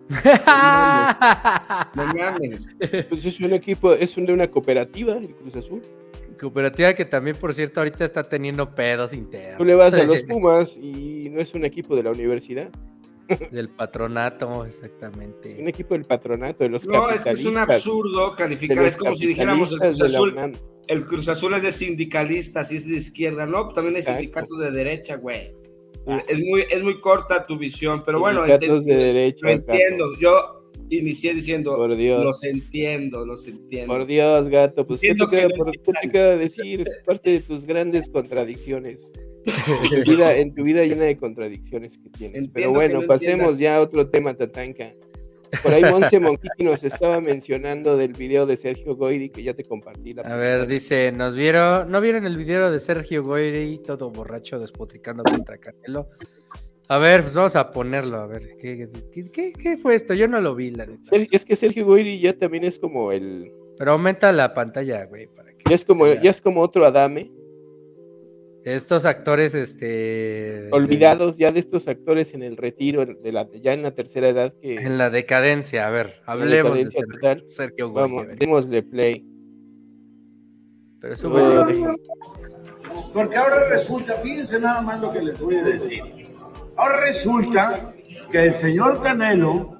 No mames. Pues es un equipo, es de una cooperativa, el Cruz Azul. Cooperativa que también, por cierto, ahorita está teniendo pedos internos. Tú le vas a los Pumas y no es un equipo de la universidad. Del patronato, exactamente. Es un equipo del patronato, de los capitalistas. No, es que es un absurdo calificar, es como si dijéramos el Cruz Azul es de sindicalistas y es de izquierda, no, pues también hay sindicatos de derecha, güey. Es muy corta tu visión, pero bueno, de derecha, lo entiendo. Yo inicié diciendo, por Dios. Los entiendo. Por Dios, gato, pues ¿qué te queda decir? Es parte de tus grandes contradicciones. En tu vida llena de contradicciones que tienes. Pero bueno, pasemos ya a otro tema, Tatanka. Por ahí Monse Monquiqui nos estaba mencionando del video de Sergio Goyri, que ya te compartí. A ver, dice, ¿no vieron el video de Sergio Goyri todo borracho despotricando contra Canelo? A ver, pues vamos a ponerlo, a ver, ¿qué fue esto? Yo no lo vi, la neta. Es que Sergio Goyri ya también es como el... Pero aumenta la pantalla, güey, para que... Ya es como otro Adame. Estos actores, olvidados ya de estos actores en el retiro, ya en la tercera edad que... En la decadencia, a ver, hablemos de Sergio Goyri. Vamos, démosle play. Pero sube. Porque ahora resulta, fíjense nada más lo que les voy a decir. Ahora resulta que el señor Canelo,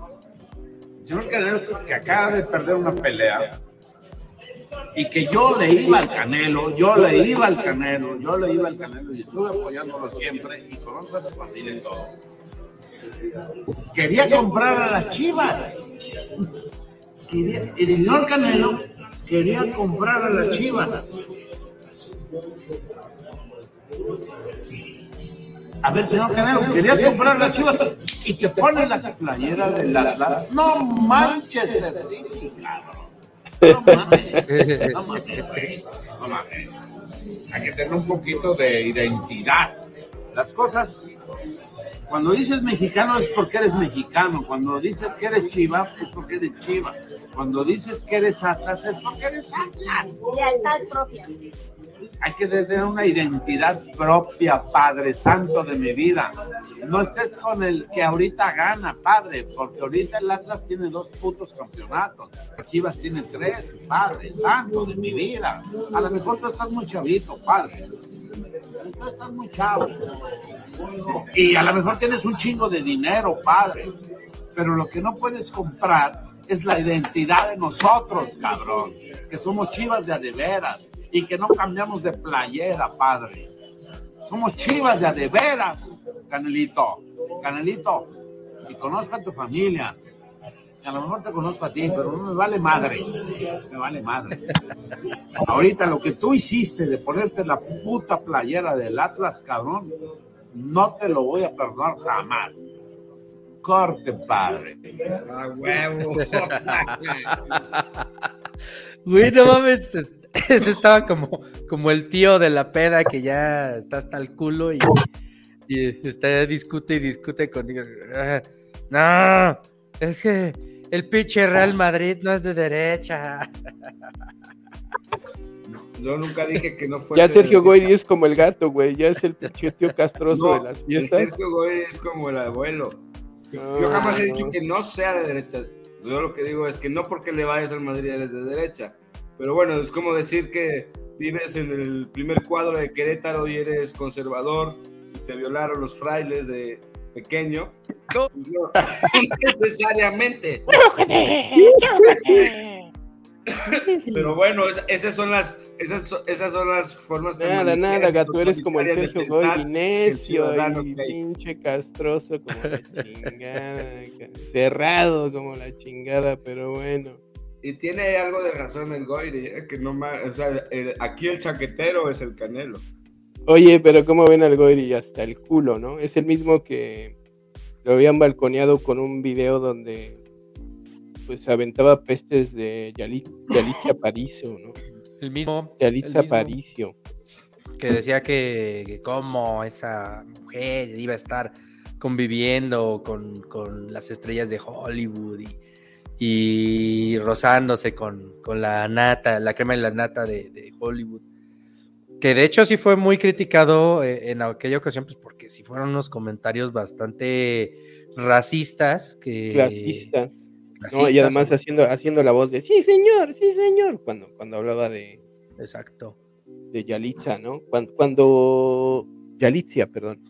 que acaba de perder una pelea, y que yo le iba al Canelo y estuve apoyándolo siempre y conozco a su familia y todo. Quería comprar a las Chivas. El señor Canelo quería comprar a las Chivas. A ver, señor Canelo, querías comprar a las Chivas y te pones la playera del Atlas. No manches, cabrón. No mames. Hay que tener un poquito de identidad. Las cosas, cuando dices mexicano es porque eres mexicano. Cuando dices que eres Chiva es porque eres Chiva. Cuando dices que eres Atlas es porque eres Atlas. Lealtad propia. Hay que tener una identidad propia, Padre Santo de mi vida. No estés con el que ahorita gana, Padre, porque ahorita el Atlas tiene 2 putos campeonatos. Chivas tiene 3, Padre Santo de mi vida. A lo mejor tú estás muy chavito, Padre. Tú estás muy chavo. Y a lo mejor tienes un chingo de dinero, Padre. Pero lo que no puedes comprar es la identidad de nosotros, cabrón. Que somos Chivas de a de veras. Y que no cambiamos de playera, Padre. Somos Chivas de a de veras, Canelito. Canelito, y conozca a tu familia. A lo mejor te conozco a ti, pero no me vale madre. Me vale madre. Ahorita lo que tú hiciste de ponerte la puta playera del Atlas, cabrón, no te lo voy a perdonar jamás. Corte, padre. ¡A huevo! Güey, no mames, ese estaba como el tío de la peda que ya está hasta el culo y está discute y discute contigo. No, es que el pinche Real Madrid no es de derecha. Yo nunca dije que no fuese. Ya Sergio Goyri es como el gato, güey. Ya es el pinche tío castroso de las fiestas. Sergio Goyri es como el abuelo. Yo jamás he dicho que no sea de derecha. Yo lo que digo es que no porque le vayas al Madrid eres de derecha. Pero bueno, es como decir que vives en el primer cuadro de Querétaro y eres conservador y te violaron los frailes de pequeño. No, pues no necesariamente. Pero bueno, esas son las formas. Nada, gato, eres como el Sergio Goyri, necio y pinche castroso como la chingada, cerrado como la chingada, pero bueno. Y tiene algo de razón el Goyri, que no más, o sea, aquí el chaquetero es el Canelo. Oye, pero ¿cómo ven al Goyri? Hasta el culo, ¿no? Es el mismo que lo habían balconeado con un video donde pues aventaba pestes de Yalitza Aparicio, ¿no? El mismo. Yalitza Aparicio. Que decía que cómo esa mujer iba a estar conviviendo con las estrellas de Hollywood y rozándose con la nata, la crema de la nata de Hollywood. Que de hecho sí fue muy criticado en aquella ocasión, pues porque sí fueron unos comentarios bastante racistas. Clasistas. No, y además haciendo la voz de sí señor, cuando hablaba de exacto, de Yalitza, ¿no? Cuando Yalitza, perdón.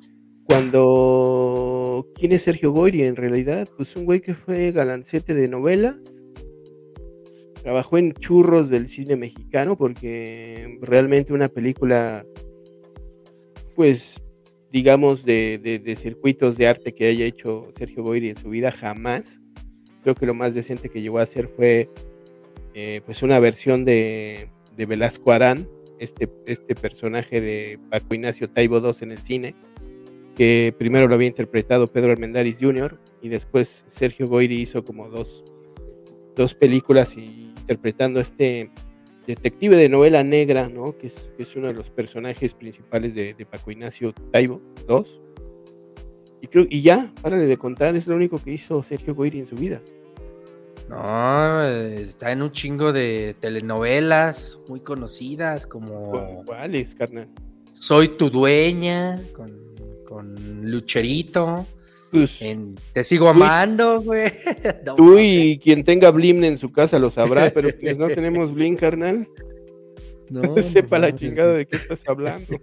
¿Quién es Sergio Goyri en realidad? Pues un güey que fue galancete de novelas, trabajó en churros del cine mexicano, porque realmente una película, pues digamos de circuitos de arte que haya hecho Sergio Goyri en su vida, jamás. Creo que lo más decente que llegó a hacer fue pues una versión de Velasco Arán, este personaje de Paco Ignacio Taibo II en el cine, que primero lo había interpretado Pedro Armendáriz Jr. y después Sergio Goyri hizo como dos películas interpretando este detective de novela negra, ¿no? que es uno de los personajes principales de Paco Ignacio Taibo II. Y ya, párale de contar, es lo único que hizo Sergio Goyri en su vida. No, está en un chingo de telenovelas muy conocidas como ¿Cuáles, carnal? Soy tu dueña, con Lucherito, Pues, Te sigo amando, güey. No, tú y quien tenga Blim en su casa lo sabrá, pero quienes no tenemos Blim, carnal, no, sepa no, la chingada de qué estás hablando.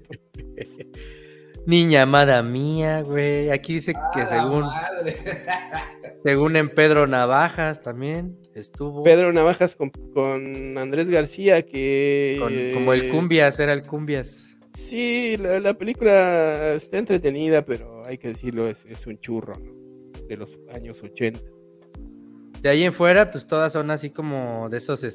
Niña amada mía, güey. Aquí dice que según en Pedro Navajas también estuvo. Pedro Navajas con Andrés García, que... Como el Cumbias, era el Cumbias. Sí, la película está entretenida, pero hay que decirlo, es un churro, ¿no? De los años 80. De ahí en fuera, pues todas son así como de esos,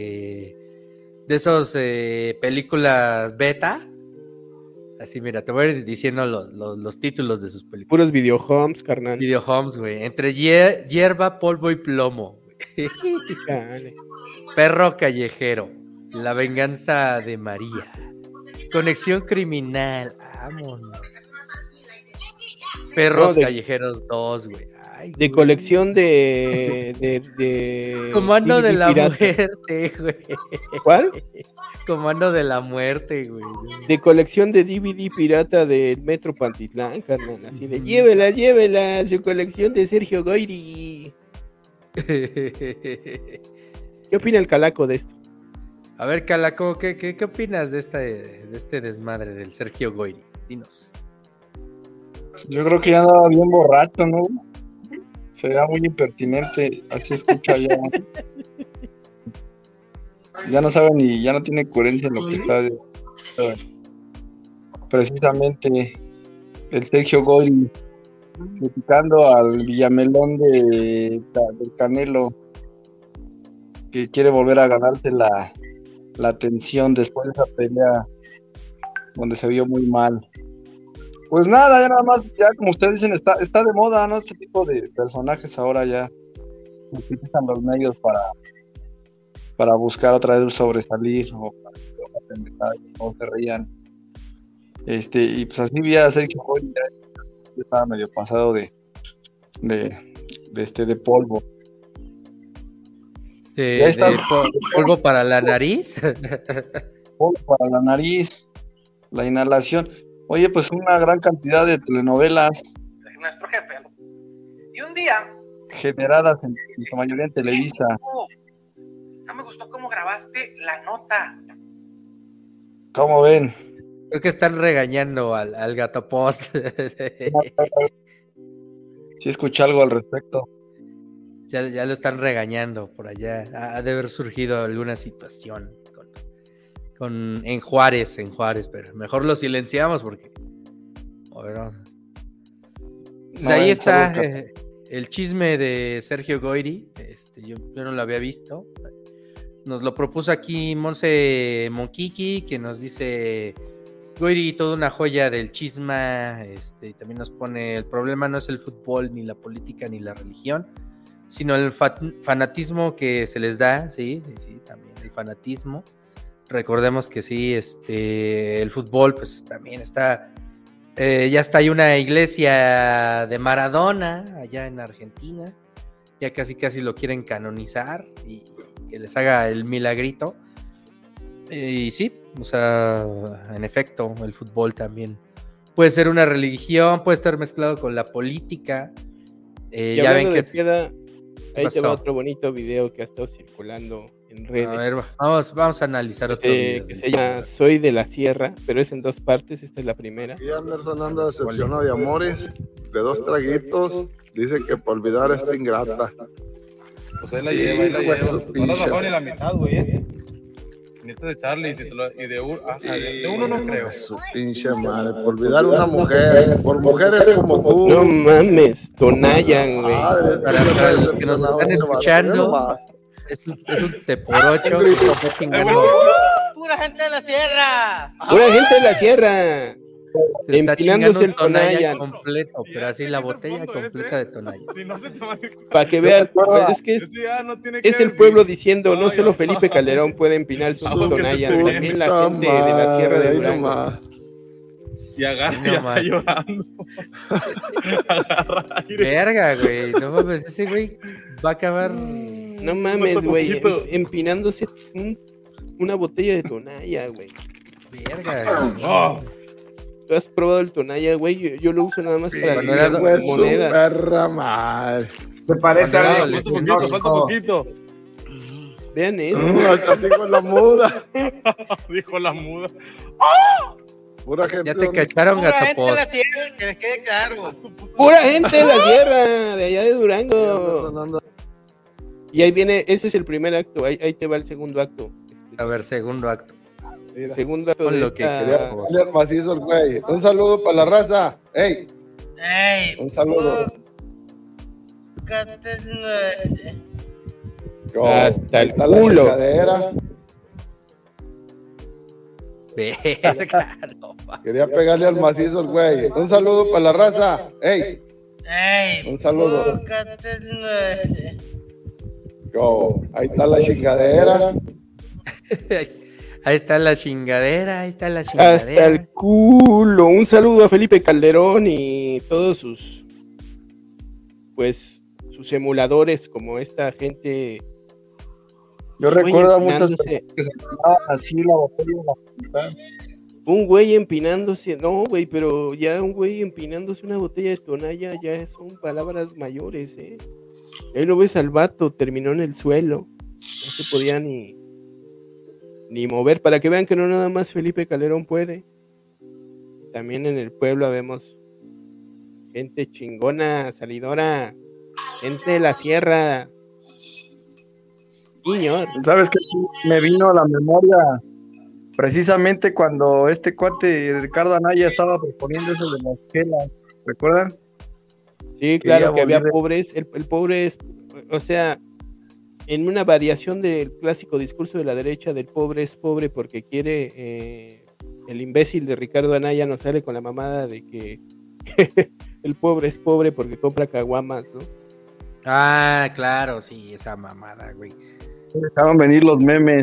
películas beta. Así, mira, te voy a ir diciendo los títulos de sus películas. Puros videohomes, carnal. Videohomes, güey. Entre hierba, polvo y plomo. Dale. Perro callejero. La venganza de María. Conexión criminal. Vámonos. Perros callejeros 2, güey. Ay, de güey. Colección de Comando de la pirata. muerte, güey. ¿Cuál? Comando de la muerte, güey. De colección de DVD pirata del Metro Pantitlán, carnal. Así de llévela, su colección de Sergio Goyri. ¿Qué opina el Calaco de esto? A ver, Calaco, ¿qué opinas de este desmadre del Sergio Goyri? Dinos. Yo creo que ya andaba bien borracho, ¿no? Sería muy impertinente, así escucha ya. Ya no sabe ni, ya no tiene coherencia en lo que está precisamente el Sergio Goyri criticando al Villamelón del Canelo, que quiere volver a ganarse la atención después de esa pelea donde se vio muy mal. Pues nada, ya nada más, ya como ustedes dicen, está de moda, ¿no? Este tipo de personajes ahora ya utilizan los medios para buscar otra vez sobresalir o para que no se rían. Y pues así vi a Sergio Goyri, ya estaba medio pasado de polvo. ¿Polvo para la nariz? Polvo para la nariz, la inhalación. Oye, pues una gran cantidad de telenovelas. Y un día generadas en su mayoría en Televisa. No me gustó cómo grabaste la nota. ¿Cómo ven? Creo que están regañando al Gato Post. Sí escuché algo al respecto. Ya lo están regañando por allá. Ha de haber surgido alguna situación en Juárez, pero mejor lo silenciamos porque... Pues ahí está el chisme de Sergio Goyri. Yo no lo había visto. Nos lo propuso aquí Monse Monquiqui, que nos dice: Goyri, toda una joya del chisma. Y también nos pone: el problema no es el fútbol, ni la política, ni la religión, sino el fanatismo que se les da. Sí, también el fanatismo. Recordemos que sí, el fútbol pues también está, ya está, hay una iglesia de Maradona allá en Argentina, ya casi lo quieren canonizar y que les haga el milagrito. Y sí, o sea, en efecto, el fútbol también puede ser una religión, puede estar mezclado con la política. Ya ven que queda, ahí te va otro bonito video que ha estado circulando en redes. A ver, vamos a analizar otro video. Que se llama Soy de la Sierra, pero es en dos partes, esta es la primera. Y Anderson anda decepcionado de amores, de 2 traguitos, dice que por olvidar a esta ingrata. Pues ahí la lleva, No nos bajó ni la mitad, güey, Necesitas echarle y de uno no creo. Su pinche madre, por olvidar a una mujer, por mujeres como tú. No mames, Tonayan, güey. Para los que nos están escuchando, es un te por 8. Pura gente de la sierra. Pura gente de la sierra. Se está chingando un Tonayan completo, pero así la botella completa de Tonayan. Para que vean, es que es el pueblo diciendo, no solo Felipe Calderón puede empinar su Tonayan, también la gente de la sierra de Durango. Y agarra y está llorando. Verga, güey. No mames, ese güey va a acabar. No mames, güey. Empinándose una botella de Tonaya, güey. Verga, güey. ¿Tú has probado el Tonaya, güey? Yo lo uso nada más para la moneda. Perra madre. Se parece a falta poquito. Vean eso. Dijo la muda. Dijo la muda. Pura gente. Ya te cacharon, Gato Post. Pura gente de la sierra, que les quede claro. Pura gente de la sierra, de allá de Durango. Y ahí viene, ese es el primer acto, ahí te va el segundo acto. A ver, segundo acto. Mira, segundo acto de lo que quería poner macizo el güey. Un saludo para la raza. ¡Ey! Un saludo. Hasta el culo. Verga, no, quería pegarle al macizo el güey. Un saludo para la raza. ¡Ey! Un saludo. Ahí está la chingadera. Ahí está la chingadera, Hasta el culo. Un saludo a Felipe Calderón y todos sus emuladores, como esta gente. Yo recuerdo a muchos que se tomaban así la botella. Un güey empinándose, no güey, pero ya un güey empinándose una botella de Tonaya ya son palabras mayores, Ahí lo ves al vato, terminó en el suelo, no se podía ni mover, para que vean que no nada más Felipe Calderón puede. También en el pueblo vemos gente chingona, salidora, gente de la sierra. Señor. ¿Sabes qué? Me vino a la memoria precisamente cuando este cuate Ricardo Anaya estaba proponiendo eso de las gelas, ¿recuerdan? Sí, claro que había pobres. El pobre es, o sea, en una variación del clásico discurso de la derecha del pobre es pobre porque quiere, el imbécil de Ricardo Anaya nos sale con la mamada de que el pobre es pobre porque compra caguamas, ¿no? Ah, claro, sí, esa mamada, güey. Dejaban venir los memes.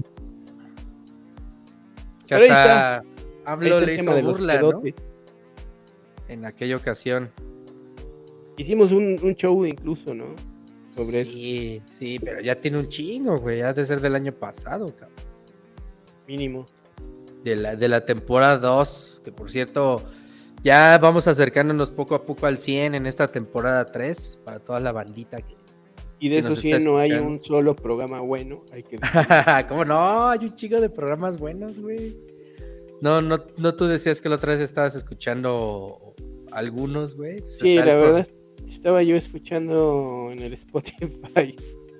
Que Pero hasta ahí AMLO está el le tema hizo de los burla, ¿no? pedotes. En aquella ocasión. Hicimos un show incluso, ¿no? Sobre eso. Sí, sí, pero ya tiene un chingo, güey. Ha de ser del año pasado, cabrón. Mínimo. De la temporada 2, que por cierto, ya vamos acercándonos poco a poco al 100 en esta temporada 3, para toda la bandita que... Y de que nos esos está 100 no hay escuchando. un solo programa bueno, hay que decir. ¿Cómo no? Hay un chingo de programas buenos, güey. No, tú decías que la otra vez estabas escuchando algunos, güey. Pues Sí, está la el verdad, estaba yo escuchando en el Spotify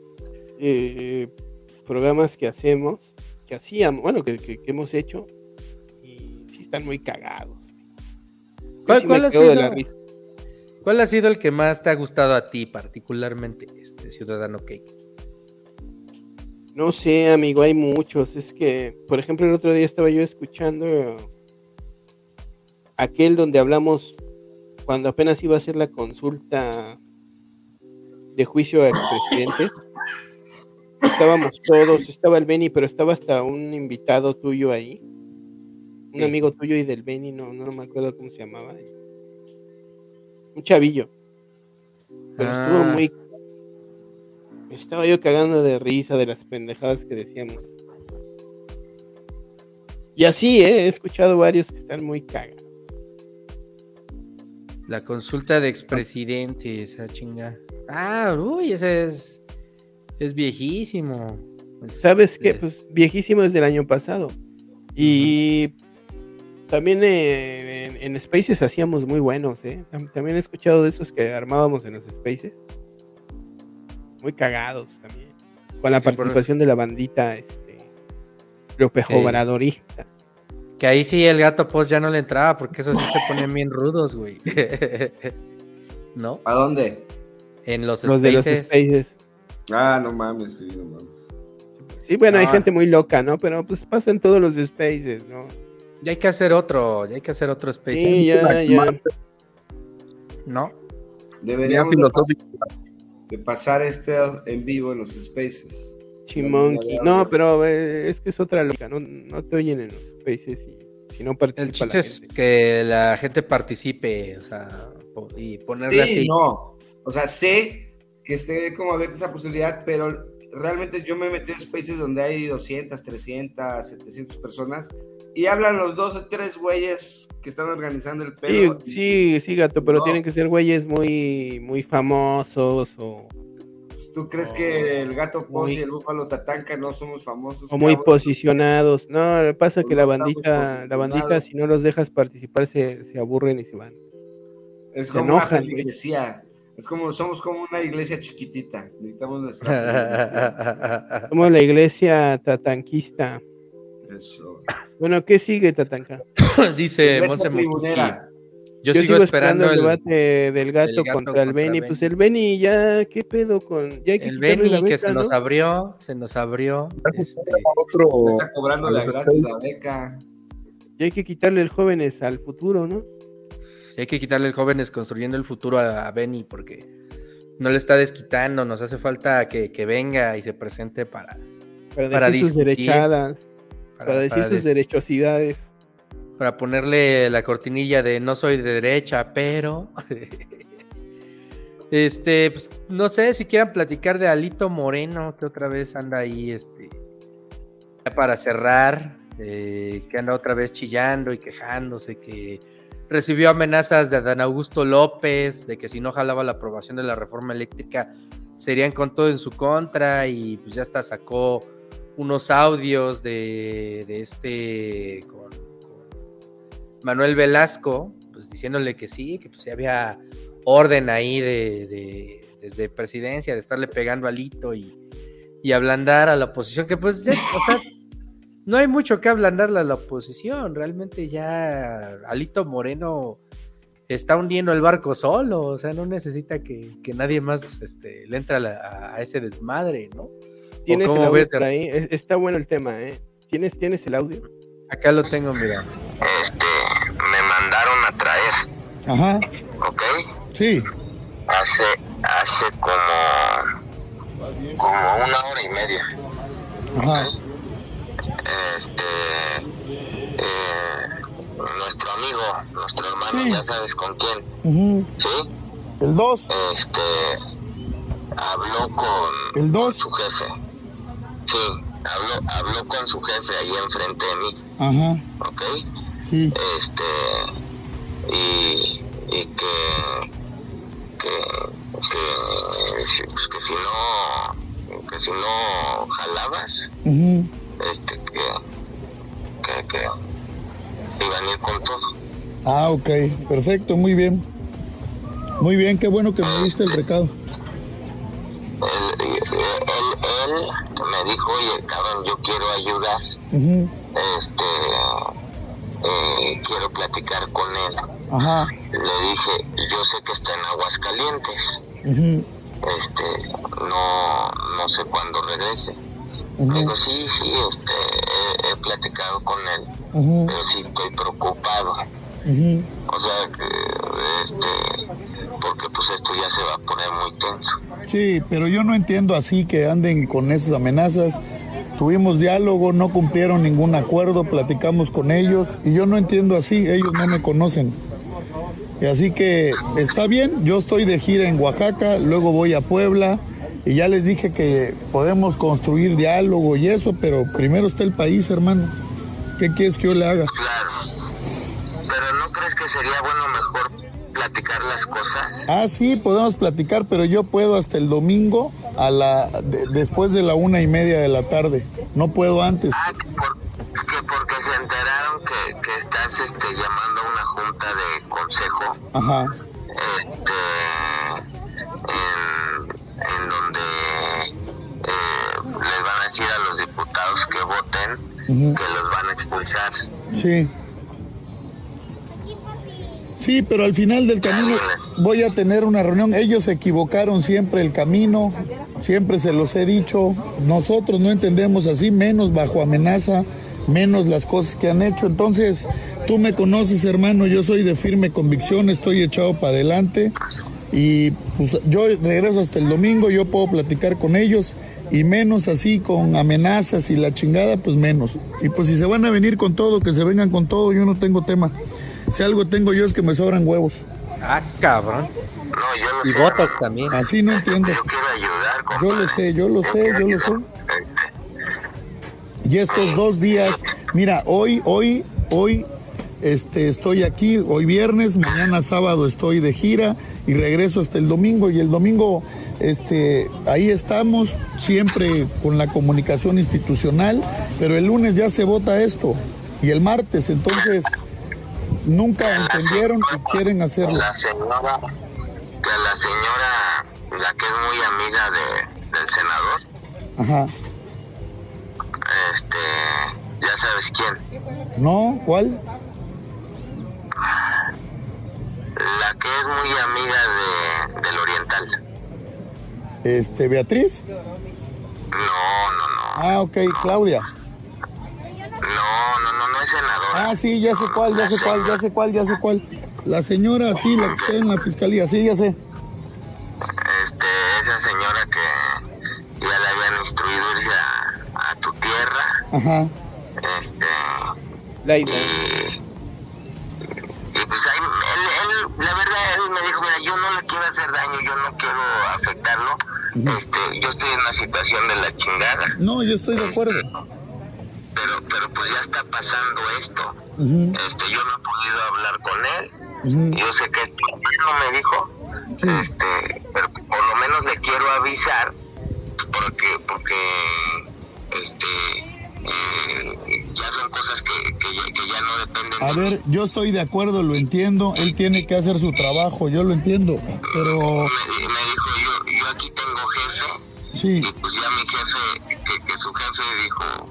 programas que hacíamos, bueno, que hemos hecho, y sí están muy cagados. ¿Cuál ha sido el que más te ha gustado a ti, particularmente, Ciudadano Cake? No sé, amigo, hay muchos. Es que, por ejemplo, el otro día estaba yo escuchando aquel donde hablamos cuando apenas iba a hacer la consulta de juicio a expresidentes. Estábamos todos, estaba el Beni, pero estaba hasta un invitado tuyo ahí. Un amigo tuyo y del Beni, no me acuerdo cómo se llamaba. Un chavillo. Pero estuvo muy... Estaba yo cagando de risa de las pendejadas que decíamos. Y así, he escuchado varios que están muy cagados. La consulta de expresidentes, esa chinga. Uy, ese es viejísimo. ¿Sabes qué? Pues viejísimo es del año pasado. Y también en Spaces hacíamos muy buenos, ¿eh? También he escuchado de esos que armábamos en los Spaces. Muy cagados también. Con la participación de la bandita Obradorista. Que ahí sí el gato post ya no le entraba, porque esos sí se ponen bien rudos, güey. ¿No? ¿A dónde? En los de los Spaces. No mames, sí, no mames. Sí, bueno, hay gente muy loca, ¿no? Pero pues pasan todos los Spaces, ¿no? Ya hay que hacer otro Spaces. Sí, ya. ¿No? Deberíamos de pasar en vivo en los Spaces. Chimonky. No, pero es que es otra loca, no te oyen en los Spaces y si no participa. El chiste es que la gente participe, o sea, y ponerle así. No, o sea, sé que esté como abierta esa posibilidad, pero realmente yo me metí en Spaces donde hay 200, 300, 700 personas y hablan los 2 o 3 güeyes que están organizando el pedo. Sí, gato, pero tienen que ser güeyes muy, muy famosos o... ¿Tú crees que el Gato Post y el Búfalo Tatanka no somos famosos? O muy posicionados. No, pasa que la bandita, si no los dejas participar, se aburren y se van. Es como una iglesia. Somos como una iglesia chiquitita. Necesitamos nuestra Somos la iglesia tatanquista. Eso. Bueno, ¿qué sigue, Tatanka? Dice Monse Tribunera. Yo sigo esperando el debate del gato contra el Beni. Pues el Beni ya, ¿qué pedo con...? Ya hay que el Beni beca, que se ¿no? nos abrió. Se está cobrando la gratis la beca. Y hay que quitarle el Jóvenes al Futuro, ¿no? Sí, hay que quitarle el Jóvenes Construyendo el Futuro a Beni porque no le está desquitando. Nos hace falta que venga y se presente para decir sus derechadas, para decir sus derechosidades. Para ponerle la cortinilla de no soy de derecha, pero... pues, no sé si quieran platicar de Alito Moreno, que otra vez anda ahí, ya para cerrar, que anda otra vez chillando y quejándose, que recibió amenazas de Adán Augusto López, de que si no jalaba la aprobación de la reforma eléctrica, serían con todo en su contra, y pues ya hasta sacó unos audios de con Manuel Velasco, pues diciéndole que sí, que pues había orden ahí desde presidencia de estarle pegando a Alito y ablandar a la oposición, que pues ya, o sea, no hay mucho que ablandarle a la oposición, realmente ya Alito Moreno está hundiendo el barco solo, o sea, no necesita que nadie más le entre a ese desmadre, ¿no? ¿Tienes el audio por ahí? Está bueno el tema, ¿eh? ¿Tienes el audio? Acá lo tengo, mira. Me mandaron a traer. Ajá. ¿Ok? Sí. Hace como 1 hora y media. Ajá. Nuestro amigo, nuestro hermano, sí. ya sabes con quién. Uh-huh. ¿Sí? El 2. Habló con el 2. Su jefe. Sí, habló con su jefe ahí enfrente de mí. Ajá. ¿Ok? Sí. Y que si no jalabas, uh-huh. que iban a ir con todo. Ah, ok, perfecto, muy bien. Muy bien, qué bueno que me diste el recado. Él me dijo, oye, cabrón, yo quiero ayudar. Uh-huh. Quiero platicar con él. Ajá. Le dije, yo sé que está en Aguascalientes. Uh-huh. No sé cuándo regrese. Uh-huh. Digo, sí, he platicado con él, uh-huh. pero sí estoy preocupado. Uh-huh. O sea, porque pues esto ya se va a poner muy tenso. Sí, pero yo no entiendo así que anden con esas amenazas. Tuvimos diálogo, no cumplieron ningún acuerdo, platicamos con ellos y yo no entiendo así, ellos no me conocen. Y así que está bien, yo estoy de gira en Oaxaca, luego voy a Puebla y ya les dije que podemos construir diálogo y eso, pero primero está el país, hermano. ¿Qué quieres que yo le haga? Claro, pero ¿no crees que sería bueno mejor platicar las cosas? Ah, sí, podemos platicar, pero yo puedo hasta el domingo después de la 1:30 de la tarde. No puedo antes. Ah, porque se enteraron que estás llamando a una junta de consejo. Ajá. En donde les van a decir a los diputados que voten, uh-huh. que los van a expulsar. Sí. Sí, pero al final del camino voy a tener una reunión. Ellos se equivocaron siempre el camino, siempre se los he dicho. Nosotros no entendemos así, menos bajo amenaza, menos las cosas que han hecho. Entonces, tú me conoces, hermano, yo soy de firme convicción, estoy echado para adelante. Y pues, yo regreso hasta el domingo, yo puedo platicar con ellos. Y menos así con amenazas y la chingada, pues menos. Y pues si se van a venir con todo, que se vengan con todo, yo no tengo tema. Si algo tengo yo es que me sobran huevos. Ah, cabrón. No, yo lo y sé. Botox también. Así no entiendo. Yo quiero ayudar, compadre. Yo lo sé. Y estos 2 días, mira, hoy estoy aquí, hoy viernes, mañana sábado estoy de gira y regreso hasta el domingo. Y el domingo, ahí estamos, siempre con la comunicación institucional, pero el lunes ya se vota esto. Y el martes, entonces... Nunca entendieron y quieren hacerlo. La señora, la que es muy amiga del senador. Ajá. Ya sabes quién. No, ¿cuál? La que es muy amiga del Oriental. ¿Beatriz? No. Ah, ok, no. Claudia. No es senadora. Ah, sí, ya sé cuál. La señora, sí, la que está en la fiscalía, sí, ya sé. Esa señora que ya le habían instruido irse a tu tierra. Ajá. Y pues ahí, él, la verdad, él me dijo, mira, yo no le quiero hacer daño, yo no quiero afectarlo. Uh-huh. Yo estoy en una situación de la chingada. No, yo estoy de acuerdo. Pero pues ya está pasando esto. Uh-huh. Yo no he podido hablar con él. Uh-huh. Yo sé que no me dijo. Sí. Pero por lo menos le quiero avisar porque ya son cosas que ya no dependen de mí. A ver, yo estoy de acuerdo, lo entiendo. Él tiene que hacer su trabajo, yo lo entiendo. Pero me dijo, yo aquí tengo jefe. Sí. Y pues ya mi jefe, que su jefe dijo,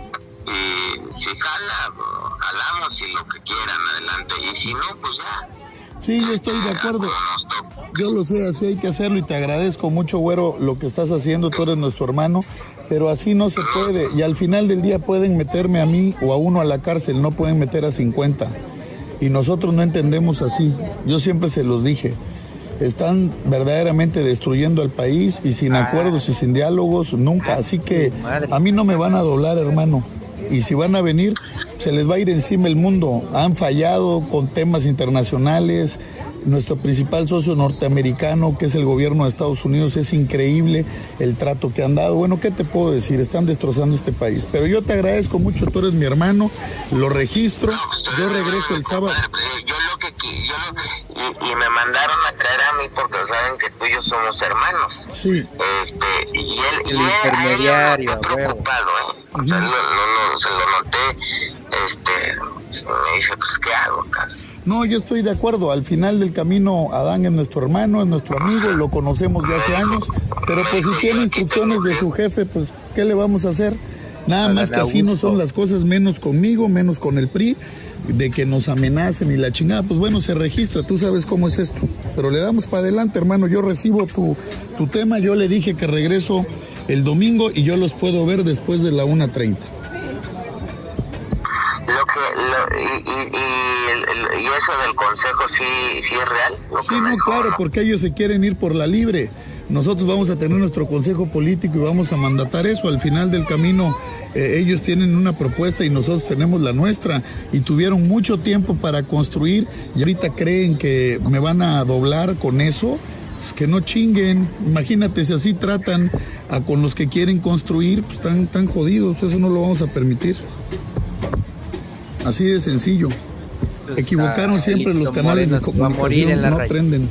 y si jalamos y lo que quieran, adelante. Y si no, pues ya, Sí, yo estoy de acuerdo. Yo lo sé, así hay que hacerlo y te agradezco mucho, güero, lo que estás haciendo. Tú eres nuestro hermano, pero así no se puede. Y al final del día pueden meterme a mí o a uno a la cárcel, no pueden meter a 50. Y nosotros no entendemos así. Yo siempre se los dije. Están verdaderamente destruyendo al país y sin acuerdos y sin diálogos, nunca. Así que a mí no me van a doblar, hermano. Y si van a venir, se les va a ir encima el mundo. Han fallado con temas internacionales. Nuestro principal socio norteamericano, que es el gobierno de Estados Unidos, es increíble el trato que han dado. Bueno, ¿qué te puedo decir? Están destrozando este país. Pero yo te agradezco mucho, tú eres mi hermano, lo registro, yo regreso el sábado. Y me mandaron a traer a mí porque saben que tú y yo somos hermanos. Sí. Y él, el intermediario, está preocupado, O sea, se lo noté, me dice, pues, ¿qué hago, cara? No, yo estoy de acuerdo. Al final del camino, Adán es nuestro hermano, es nuestro amigo, lo conocemos de hace años, pero pues si tiene instrucciones de su jefe, pues, ¿qué le vamos a hacer? Nada más que así no son las cosas, menos conmigo, menos con el PRI, de que nos amenacen y la chingada. Pues bueno, se registra, tú sabes cómo es esto. Pero le damos para adelante, hermano. Yo recibo tu tema, yo le dije que regreso el domingo y yo los puedo ver después de la 1:30. Y eso del consejo sí es real. Sí, no, claro, porque ellos se quieren ir por la libre. Nosotros vamos a tener nuestro consejo político y vamos a mandatar eso. Al final del camino, ellos tienen una propuesta y nosotros tenemos la nuestra. Y tuvieron mucho tiempo para construir y ahorita creen que me van a doblar con eso. Pues que no chinguen. Imagínate, si así tratan con los que quieren construir, pues están jodidos. Eso no lo vamos a permitir. Así de sencillo. Pues equivocaron siempre los canales de comunicación, no aprenden.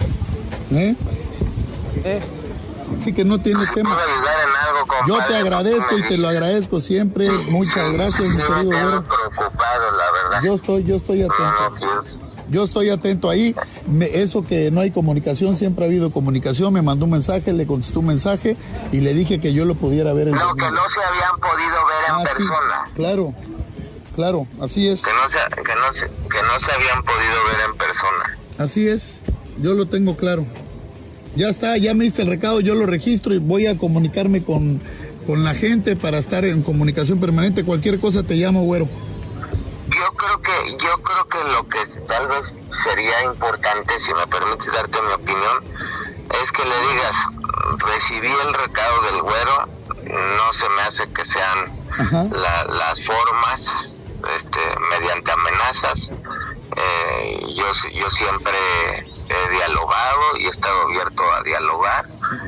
Así que no tiene tema. Yo te agradezco y te lo agradezco siempre. Muchas gracias, mi querido güero. Yo estoy atento. Yo estoy atento ahí. Eso que no hay comunicación, siempre ha habido comunicación. Me mandó un mensaje, le contesté un mensaje y le dije que yo lo pudiera ver en No, que no se habían podido ver en persona. Sí, claro, así es. Que no se habían podido ver en persona. Así es, yo lo tengo claro. Ya está, ya me diste el recado, yo lo registro y voy a comunicarme con la gente para estar en comunicación permanente. Cualquier cosa te llamo, güero. Yo creo que lo que tal vez sería importante, si me permites darte mi opinión, es que le digas, recibí el recado del güero, no se me hace que sean las formas mediante amenazas. Yo siempre he dialogado y he estado abierto a dialogar,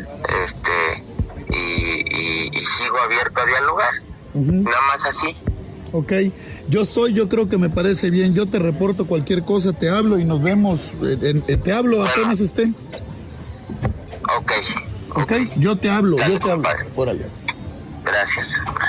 y sigo abierto a dialogar, nada más así. Ok, yo creo que me parece bien. Yo te reporto cualquier cosa, te hablo y nos vemos. Te hablo apenas esté. Ok, yo te hablo, por allá. Gracias.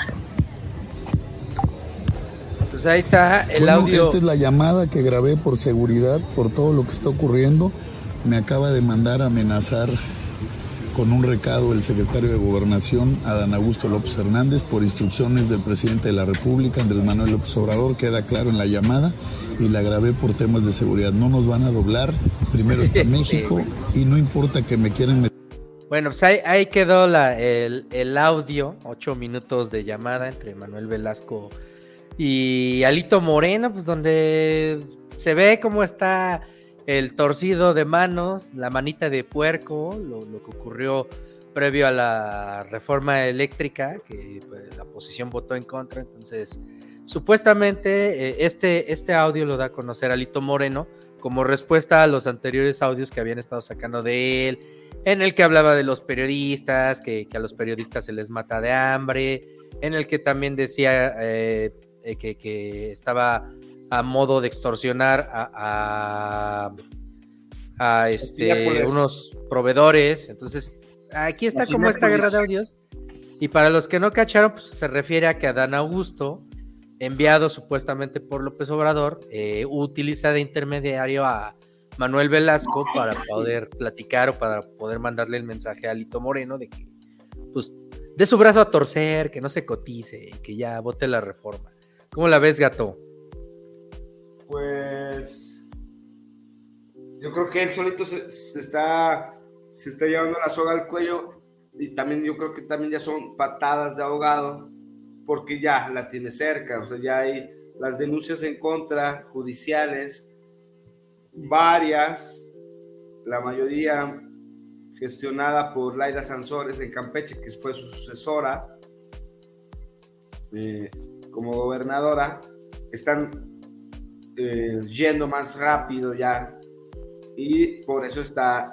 Pues ahí está el audio. Esta es la llamada que grabé por seguridad, por todo lo que está ocurriendo. Me acaba de mandar a amenazar con un recado el secretario de Gobernación, Adán Augusto López Hernández, por instrucciones del presidente de la República, Andrés Manuel López Obrador. Queda claro en la llamada y la grabé por temas de seguridad. No nos van a doblar, primero está México y no importa que me quieran meter. Bueno, pues ahí quedó el audio, 8 minutos de llamada entre Manuel Velasco y Alito Moreno, pues donde se ve cómo está el torcido de manos, la manita de puerco, lo que ocurrió previo a la reforma eléctrica, que pues, la oposición votó en contra. Entonces, supuestamente este audio lo da a conocer Alito Moreno como respuesta a los anteriores audios que habían estado sacando de él, en el que hablaba de los periodistas, que a los periodistas se les mata de hambre, en el que también decía que estaba a modo de extorsionar a unos proveedores. Entonces, aquí está como esta guerra de audios. Y para los que no cacharon, pues se refiere a que Adán Augusto, enviado supuestamente por López Obrador, utiliza de intermediario a Manuel Velasco para poder platicar o para poder mandarle el mensaje a Alito Moreno de que, pues, dé su brazo a torcer, que no se cotice y que ya vote la reforma. ¿Cómo la ves, gato? Pues Yo creo que él solito se está llevando la soga al cuello, y también yo creo que también ya son patadas de ahogado, porque ya la tiene cerca, o sea, ya hay las denuncias en contra, judiciales, varias, la mayoría gestionada por Laida Sansores en Campeche, que fue su sucesora como gobernadora. Están yendo más rápido ya, y por eso está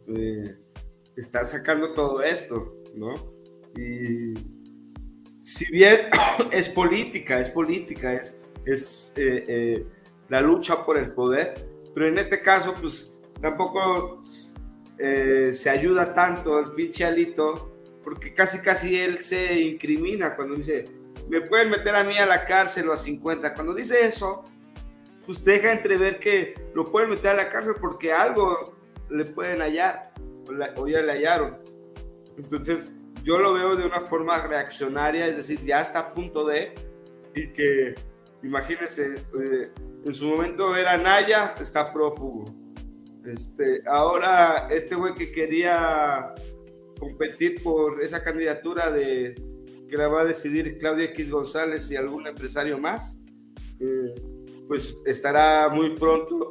sacando todo esto, ¿no? Y si bien es política, es la lucha por el poder, pero en este caso, pues tampoco se ayuda tanto el pinche Alito, porque casi él se incrimina cuando dice, me pueden meter a mí a la cárcel o a 50. Cuando dice eso, pues deja entrever que lo pueden meter a la cárcel porque algo le pueden hallar, o ya le hallaron. Entonces, yo lo veo de una forma reaccionaria, es decir, ya está a punto de, y que, imagínense, en su momento era Naya, está prófugo. Ahora, este güey que quería competir por esa candidatura que la va a decidir Claudia X González y algún empresario más, pues estará muy pronto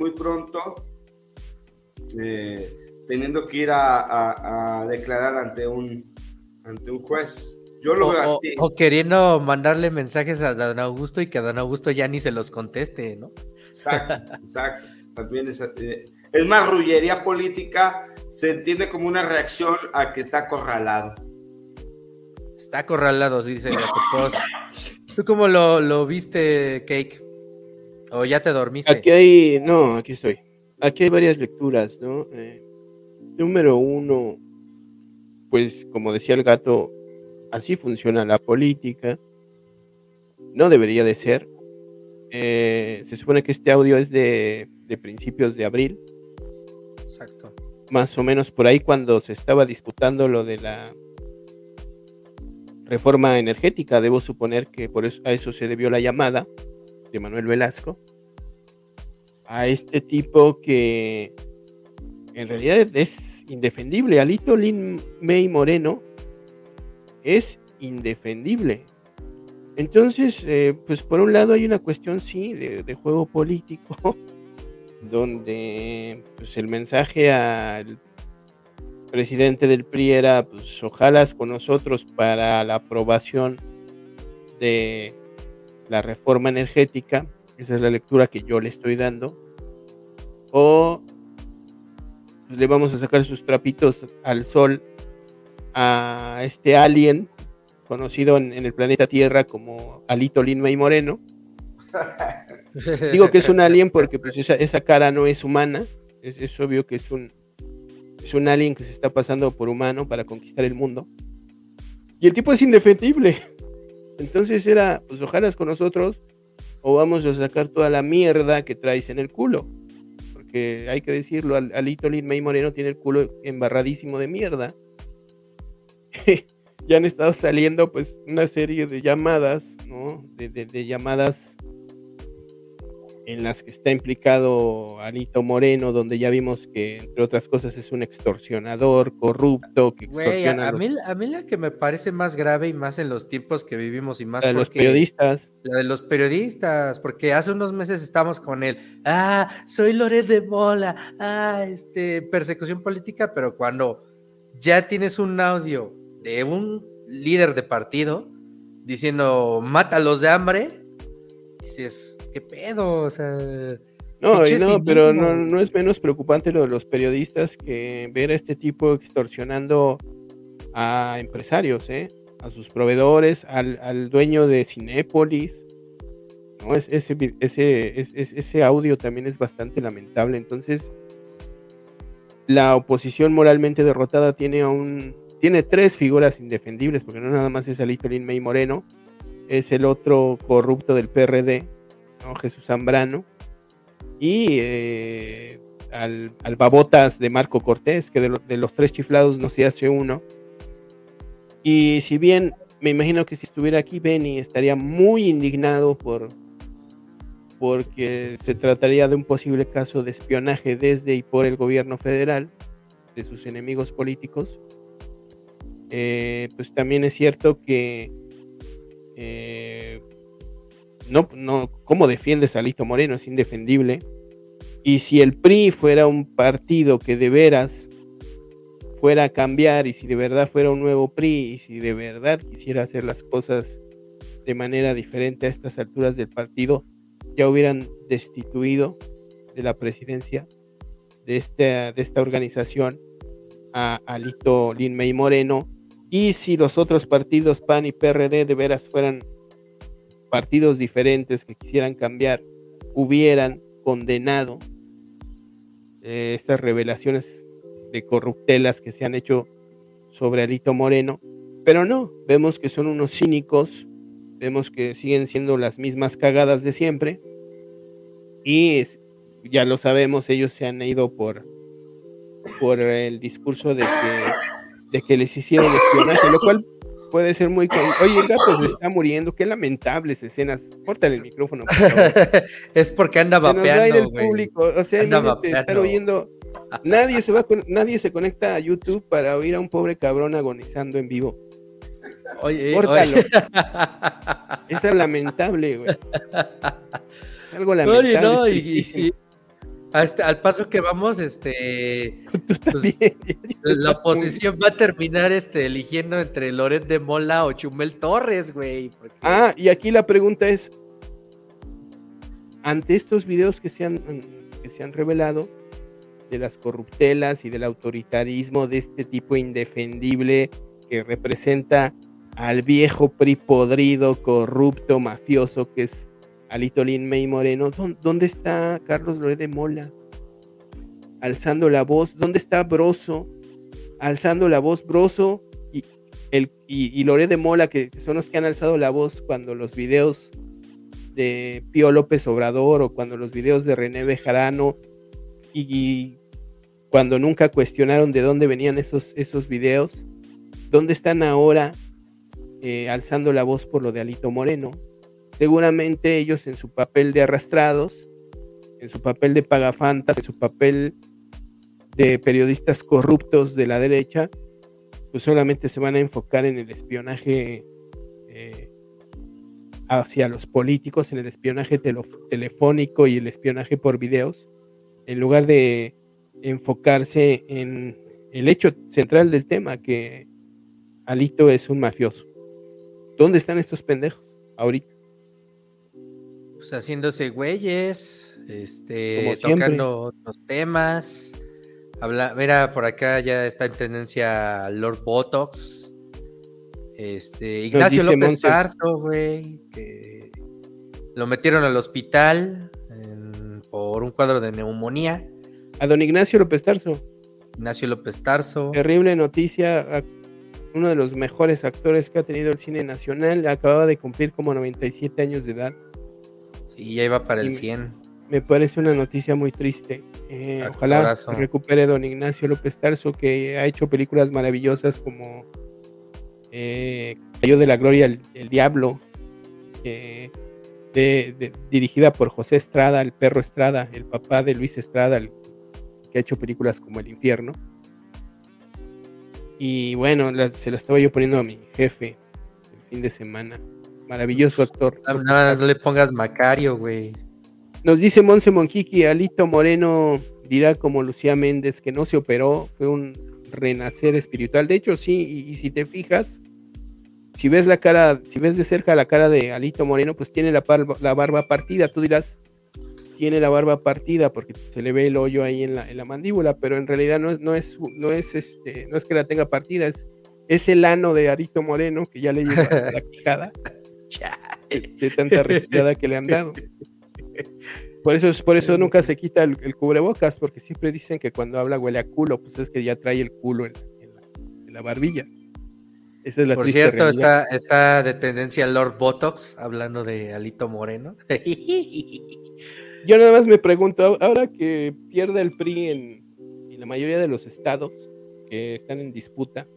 teniendo que ir a declarar ante un juez. Yo lo veo así. O queriendo mandarle mensajes a Don Augusto y que a Don Augusto ya ni se los conteste, ¿no? Exacto. También es más rullería política, se entiende como una reacción a que está acorralado. Está acorralado, dice Gato. ¿Tú cómo lo viste, Cake? ¿O ya te dormiste? Aquí estoy. Aquí hay varias lecturas, ¿no? Número uno, pues como decía el Gato, así funciona la política. No debería de ser. Se supone que este audio es de principios de abril. Exacto. Más o menos por ahí cuando se estaba disputando lo de la reforma energética. Debo suponer que a eso se debió la llamada de Manuel Velasco a este tipo que en realidad es indefendible. Alito Lin May Moreno es indefendible. Entonces, pues por un lado hay una cuestión, sí, de juego político, donde pues el mensaje al presidente del PRI era, pues ojalá con nosotros para la aprobación de la reforma energética. Esa es la lectura que yo le estoy dando. O pues, le vamos a sacar sus trapitos al sol a este alien conocido en el planeta Tierra como Alito Lin May Moreno. Digo que es un alien porque pues esa cara no es humana. Es obvio que es un alien que se está pasando por humano para conquistar el mundo. Y el tipo es indefendible. Entonces era, pues ojalá con nosotros o vamos a sacar toda la mierda que traes en el culo. Porque hay que decirlo, Alito Lin May Moreno tiene el culo embarradísimo de mierda. Ya han estado saliendo pues una serie de llamadas, ¿no? De llamadas en las que está implicado Alito Moreno, donde ya vimos que, entre otras cosas, es un extorsionador, corrupto, que extorsiona a mí la que me parece más grave y más en los tiempos que vivimos y más la de los periodistas. La de los periodistas, porque hace unos meses estábamos con él, soy Loret de Mola, persecución política, pero cuando ya tienes un audio de un líder de partido diciendo, mátalos de hambre, dices, ¿qué pedo? O sea, pero no es menos preocupante lo de los periodistas que ver a este tipo extorsionando a empresarios, a sus proveedores, al dueño de Cinépolis, ¿no? Ese audio también es bastante lamentable. Entonces, la oposición moralmente derrotada tiene tres figuras indefendibles, porque no nada más es Alito Lin May Moreno, es el otro corrupto del PRD, ¿no? Jesús Zambrano, y al babotas de Marco Cortés, que de los tres chiflados no se hace uno. Y si bien me imagino que si estuviera aquí Benny estaría muy indignado por porque se trataría de un posible caso de espionaje desde y por el gobierno federal de sus enemigos políticos. Pues también es cierto que no, ¿cómo defiendes a Alito Moreno? Es indefendible. Y si el PRI fuera un partido que de veras fuera a cambiar, y si de verdad fuera un nuevo PRI, y si de verdad quisiera hacer las cosas de manera diferente a estas alturas del partido, ya hubieran destituido de la presidencia de esta organización a Alito Lin-May Moreno. Y si los otros partidos, PAN y PRD, de veras fueran partidos diferentes que quisieran cambiar, hubieran condenado estas revelaciones de corruptelas que se han hecho sobre Alito Moreno, pero no, vemos que son unos cínicos, vemos que siguen siendo las mismas cagadas de siempre, y ya lo sabemos, ellos se han ido por el discurso de que les hicieron espionaje, lo cual puede ser muy... Oye, el gato se está muriendo, qué lamentables escenas. Córtale el micrófono, por favor. Es porque anda vapeando, se nos va a ir el güey. público, o sea, imagínate estar oyendo... Nadie se conecta a YouTube para oír a un pobre cabrón agonizando en vivo. Oye, córtalo. Es lamentable, güey. Es algo lamentable. No, es al paso que vamos, pues, la oposición va a terminar eligiendo entre Loret de Mola o Chumel Torres, güey. Porque... y aquí la pregunta es, ante estos videos que se han revelado de las corruptelas y del autoritarismo de este tipo indefendible que representa al viejo PRI podrido, corrupto, mafioso que es Alito Lin-May Moreno, ¿dónde está Carlos Loret de Mola alzando la voz? ¿Dónde está Broso alzando la voz? Broso y Loret de Mola, que son los que han alzado la voz cuando los videos de Pío López Obrador o cuando los videos de René Bejarano y cuando nunca cuestionaron de dónde venían esos videos. ¿Dónde están ahora alzando la voz por lo de Alito Moreno? Seguramente ellos en su papel de arrastrados, en su papel de pagafantas, en su papel de periodistas corruptos de la derecha, pues solamente se van a enfocar en el espionaje hacia los políticos, en el espionaje telefónico y el espionaje por videos, en lugar de enfocarse en el hecho central del tema, que Alito es un mafioso. ¿Dónde están estos pendejos ahorita? Pues haciéndose güeyes, Como tocando otros temas. Mira, por acá ya está en tendencia Lord Botox. Ignacio López Tarso, güey, que lo metieron al hospital por un cuadro de neumonía. A don Ignacio López Tarso. Ignacio López Tarso. Terrible noticia. Uno de los mejores actores que ha tenido el cine nacional. Acababa de cumplir como 97 años de edad. Sí, ya iba para el 100. Me parece una noticia muy triste. Ojalá se recupere don Ignacio López Tarso, que ha hecho películas maravillosas como Cayó de la Gloria el Diablo, dirigida por José Estrada, el perro Estrada, el papá de Luis Estrada, que ha hecho películas como El Infierno. Y bueno, se la estaba yo poniendo a mi jefe el fin de semana. Maravilloso actor. No le pongas Macario, güey. Nos dice Monse Monjiqui, Alito Moreno dirá como Lucía Méndez que no se operó, fue un renacer espiritual. De hecho, sí, y si te fijas, si ves de cerca la cara de Alito Moreno, pues tiene la barba partida. Tú dirás, tiene la barba partida porque se le ve el hoyo ahí en la mandíbula, pero en realidad no es que la tenga partida, es el ano de Alito Moreno que ya le llegó a la quijada de tanta respirada que le han dado. Por eso nunca se quita el cubrebocas, porque siempre dicen que cuando habla huele a culo, pues es que ya trae el culo en la barbilla. Esa es la Por cierto, está de tendencia Lord Botox, hablando de Alito Moreno. Yo nada más me pregunto, ahora que pierde el PRI en la mayoría de los estados que están en disputa,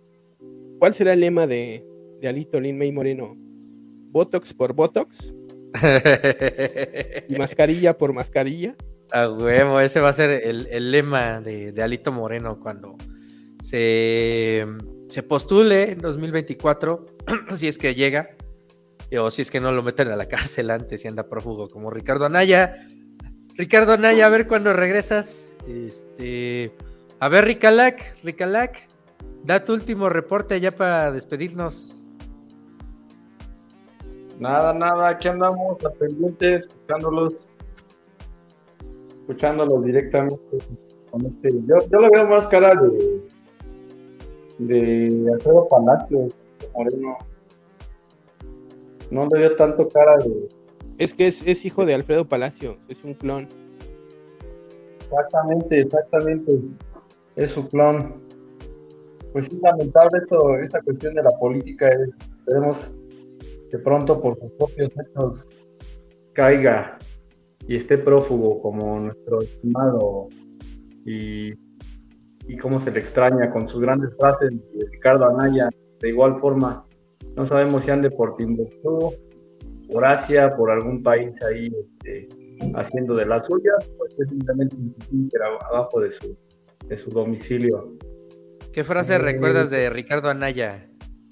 ¿cuál será el lema de Alito Lin-May Moreno? ¿Botox por Botox? Y mascarilla por mascarilla. A huevo, ese va a ser el lema de Alito Moreno cuando se postule en 2024, si es que llega, o si es que no lo meten a la cárcel antes y anda prófugo como Ricardo Anaya. Ricardo Anaya, a ver cuándo regresas. A ver, Ricalac, da tu último reporte ya para despedirnos. Nada, aquí andamos a pendientes, escuchándolos directamente con yo le veo más cara de Alfredo Palacio Moreno. No le veo tanto cara de... Es que es hijo de Alfredo Palacio, es un clon. Exactamente, es su clon. Pues es lamentable esta cuestión de la política. Esperemos que pronto por sus propios hechos caiga y esté prófugo como nuestro estimado y cómo se le extraña con sus grandes frases de Ricardo Anaya. De igual forma, no sabemos si ande por Timbuktu, por Asia, por algún país ahí haciendo de las suyas, pues es simplemente un tinker abajo de su domicilio. ¿Qué frase recuerdas de Ricardo Anaya?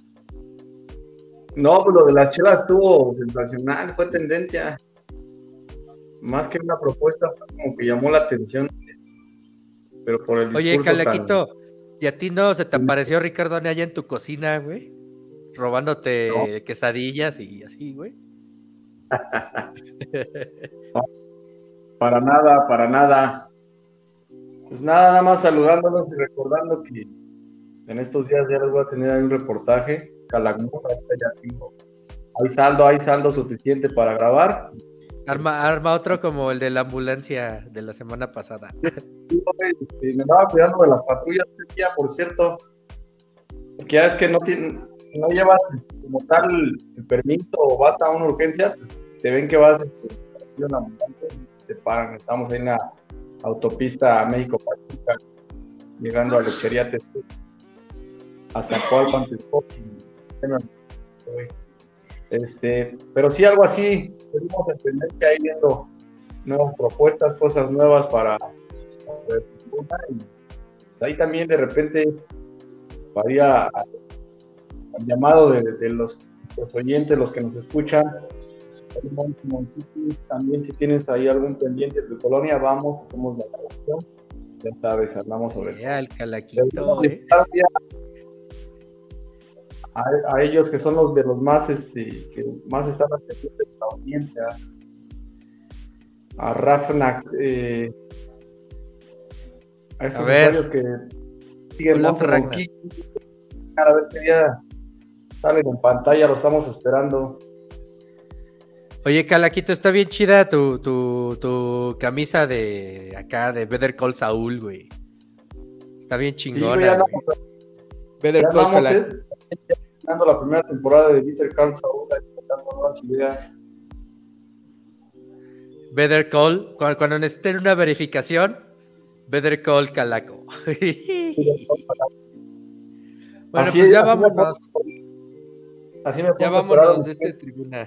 No, pues lo de las chelas estuvo sensacional, fue tendencia. Más que una propuesta, como que llamó la atención. Pero por el discurso. Oye, Calaquito, ¿y a ti no se te apareció Ricardo Anaya en tu cocina, güey? Robándote quesadillas y así, güey. No, para nada. Pues nada más saludándolos y recordando que en estos días ya les voy a tener ahí un reportaje. Calakmul, ya tengo. Hay saldo suficiente para grabar. Arma otro como el de la ambulancia de la semana pasada. Me andaba cuidando de las patrullas este día, por cierto. Porque ya es que no llevas como tal el permiso o vas a una urgencia, pues, te ven que vas a una ambulancia y te paran. Estamos en la autopista México-Pachuca, llegando a Lechería Texcoco, a Zacualpan, Texcoco. Pero sí, algo así, seguimos en tendencia ahí viendo nuevas propuestas, cosas nuevas para y ahí también de repente varía al llamado de los oyentes, los que nos escuchan. También si tienes ahí algún pendiente de tu colonia, vamos, somos la traducción, ya sabes, hablamos sobre el Calaquito, a ellos que son los de los más que más están atendiendo de la audiencia, a Rafnak, a esos usuarios que siguen Monster, cada vez que ya salen en pantalla, lo estamos esperando. Oye, Calaquito, está bien chida tu camisa de acá de Better Call Saul, güey. Está bien chingona. Sí, Better Call Calaquito. La primera temporada de Better Call Saul, dando nuevas ideas. Better Call, cuando necesiten una verificación, Better Call Calaco. Bueno, así, pues ya vámonos. Ya vámonos de este tribuna.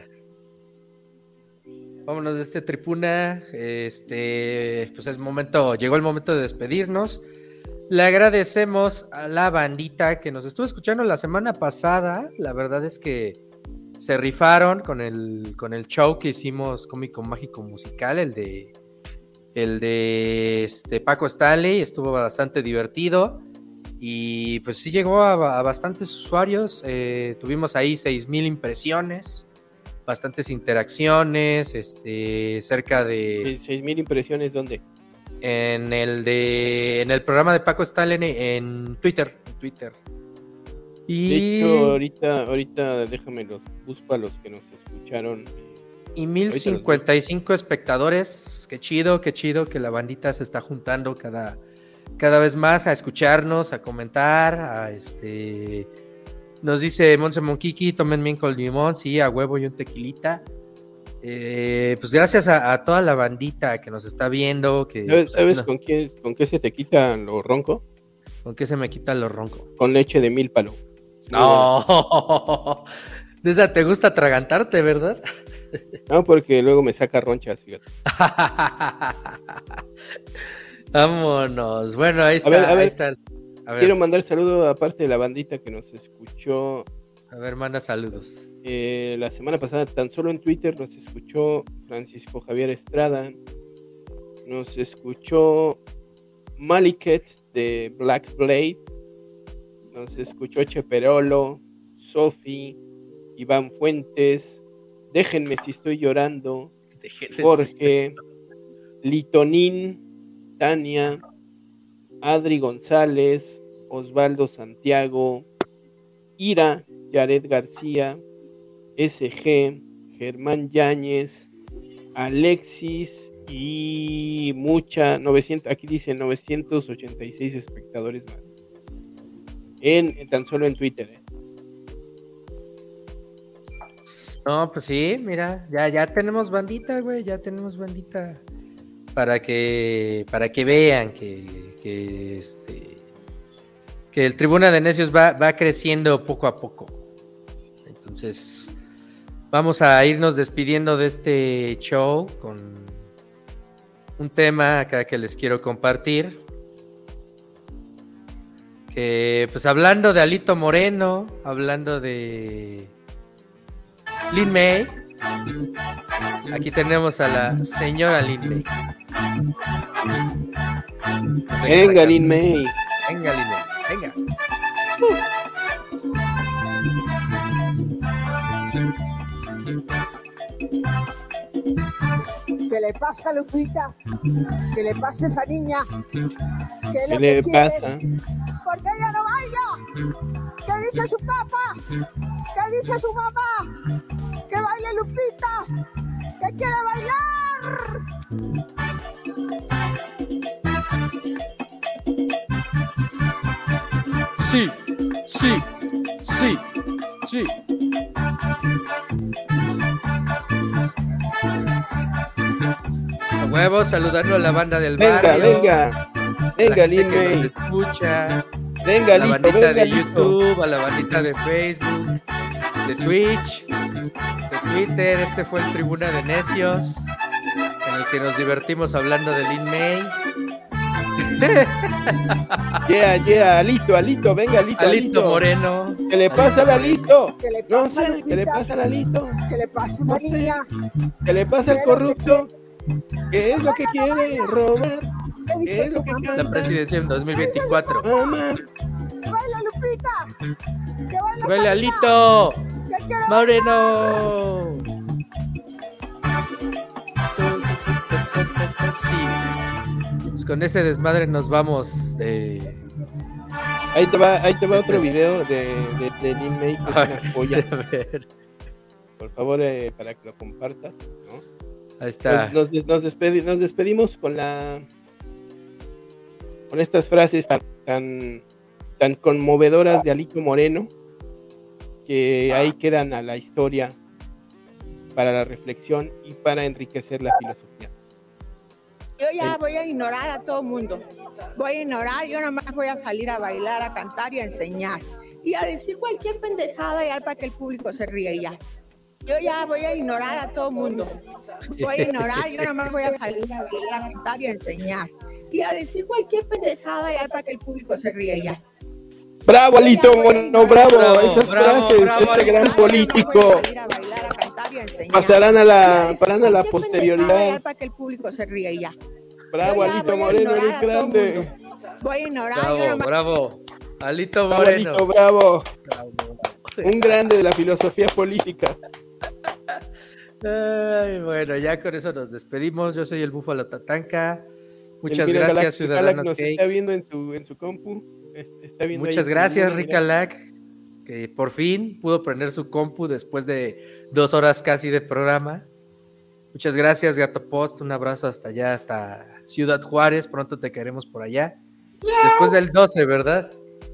Vámonos de este tribuna. Pues llegó el momento de despedirnos. Le agradecemos a la bandita que nos estuvo escuchando la semana pasada. La verdad es que se rifaron con el show que hicimos cómico mágico musical, el de Paco Stanley. Estuvo bastante divertido y pues sí llegó a bastantes usuarios. Tuvimos ahí 6,000 impresiones, bastantes interacciones, cerca de... ¿6,000 impresiones dónde? En el programa de Paco Stanley en Twitter. Y... De hecho, ahorita déjame los busco a los que nos escucharon. Y 1,055 espectadores. Qué chido que la bandita se está juntando cada vez más a escucharnos, a comentar, nos dice Monse Monquiqui, tomen bien con limón, sí, a huevo y un tequilita. Pues gracias a toda la bandita que nos está viendo. ¿Sabes con qué se te quita lo ronco? ¿Con qué se me quita lo ronco? Con leche de milpalo. No, De esa te gusta atragantarte, ¿verdad? No, porque luego me saca ronchas, fíjate. Vámonos. Bueno, ahí está. A ver, ahí está. A ver. Quiero mandar saludo aparte de la bandita que nos escuchó. A ver, manda saludos. La semana pasada, tan solo en Twitter, nos escuchó Francisco Javier Estrada. Nos escuchó Maliket de Black Blade. Nos escuchó Cheperolo, Sofi, Iván Fuentes. Déjenme si estoy llorando. Jorge, Litonín, Tania, Adri González, Osvaldo Santiago, Ira, Yaret García, SG, Germán Yáñez, Alexis y 900, aquí dice 986 espectadores más. Tan solo en Twitter. No, pues sí, mira, ya tenemos bandita, güey, ya tenemos bandita para que vean que el Tribuna de Necios va creciendo poco a poco. Entonces, vamos a irnos despidiendo de este show con un tema acá que les quiero compartir. Que, pues, hablando de Alito Moreno, hablando de Lin May, aquí tenemos a la señora Lin May. Venga, Lin May. Venga, Lin May. Venga. ¿Qué le pasa, Lupita? ¿Qué le pasa a esa niña? ¿Qué le pasa? ¿Por qué ella no baila? ¿Qué dice su papá? ¿Qué dice su mamá? Que baile Lupita, que quiere bailar. Sí, sí, sí, sí. A huevo, saludando a la banda del barrio. Venga, Lin May. Escucha. Venga, a la bandita de Lito. YouTube, a la bandita de Facebook, de Twitch, de Twitter. Este fue el Tribuna de Necios, en el que nos divertimos hablando de Lin May. Yeah, Alito, venga, Alito Moreno. ¿Qué le pasa al Alito? ¿Qué le No pasa, sé, Lupita? ¿qué le pasa al Alito? ¿Qué le pasa a esa No sé. niña? ¿Qué le pasa al corrupto? ¿Qué es lo que quiere robar? ¿Qué ¿Qué dice es lo su que mamá? La canta? presidencia en 2024. Mamá, ¡Baila, Lupita! ¡Que baila ¡Huele esa niña! Alito! ¡Que quiere ¡Moreno! Sí. Pues con ese desmadre nos vamos de... ahí te va otro video de Lin May, que es una joya. A ver, Por favor, para que lo compartas, ¿no? ahí está. Nos despedimos con estas frases tan conmovedoras de Alito Moreno, que ahí quedan a la historia para la reflexión y para enriquecer la filosofía. Yo ya voy a ignorar a todo el mundo. Voy a ignorar, yo nomás voy a salir a bailar, a cantar y a enseñar. Y a decir cualquier pendejada ya para que el público se ríe ya. Yo ya voy a ignorar a todo el mundo. Voy a ignorar, yo nomás voy a salir a bailar, a cantar y a enseñar. Y a decir cualquier pendejada ya para que el público se ríe ya. ¡Bravo, Alito! ¡No, bravo! Esas bravo, frases, bravo, este Alito. gran político, pasarán a la posterioridad. Para que el público se ríe ya. ¡Bravo, Alito Moreno! ¡Eres grande! Voy a ignorar, yo Bravo, nomás... bravo. Alito ¡Bravo, Moreno. Alito! ¡Bravo! Un grande de la filosofía política. Ay, bueno, ya con eso nos despedimos. Yo soy el Búfalo Tatanka. Muchas El gracias, Galac Ciudadano nos Cake. está viendo en su compu. Está viendo Muchas ahí gracias, mira. Ricalac, que por fin pudo prender su compu después de 2 horas casi de programa. Muchas gracias, Gato Post. Un abrazo hasta allá, hasta Ciudad Juárez. Pronto te queremos por allá. Después del 12, ¿verdad?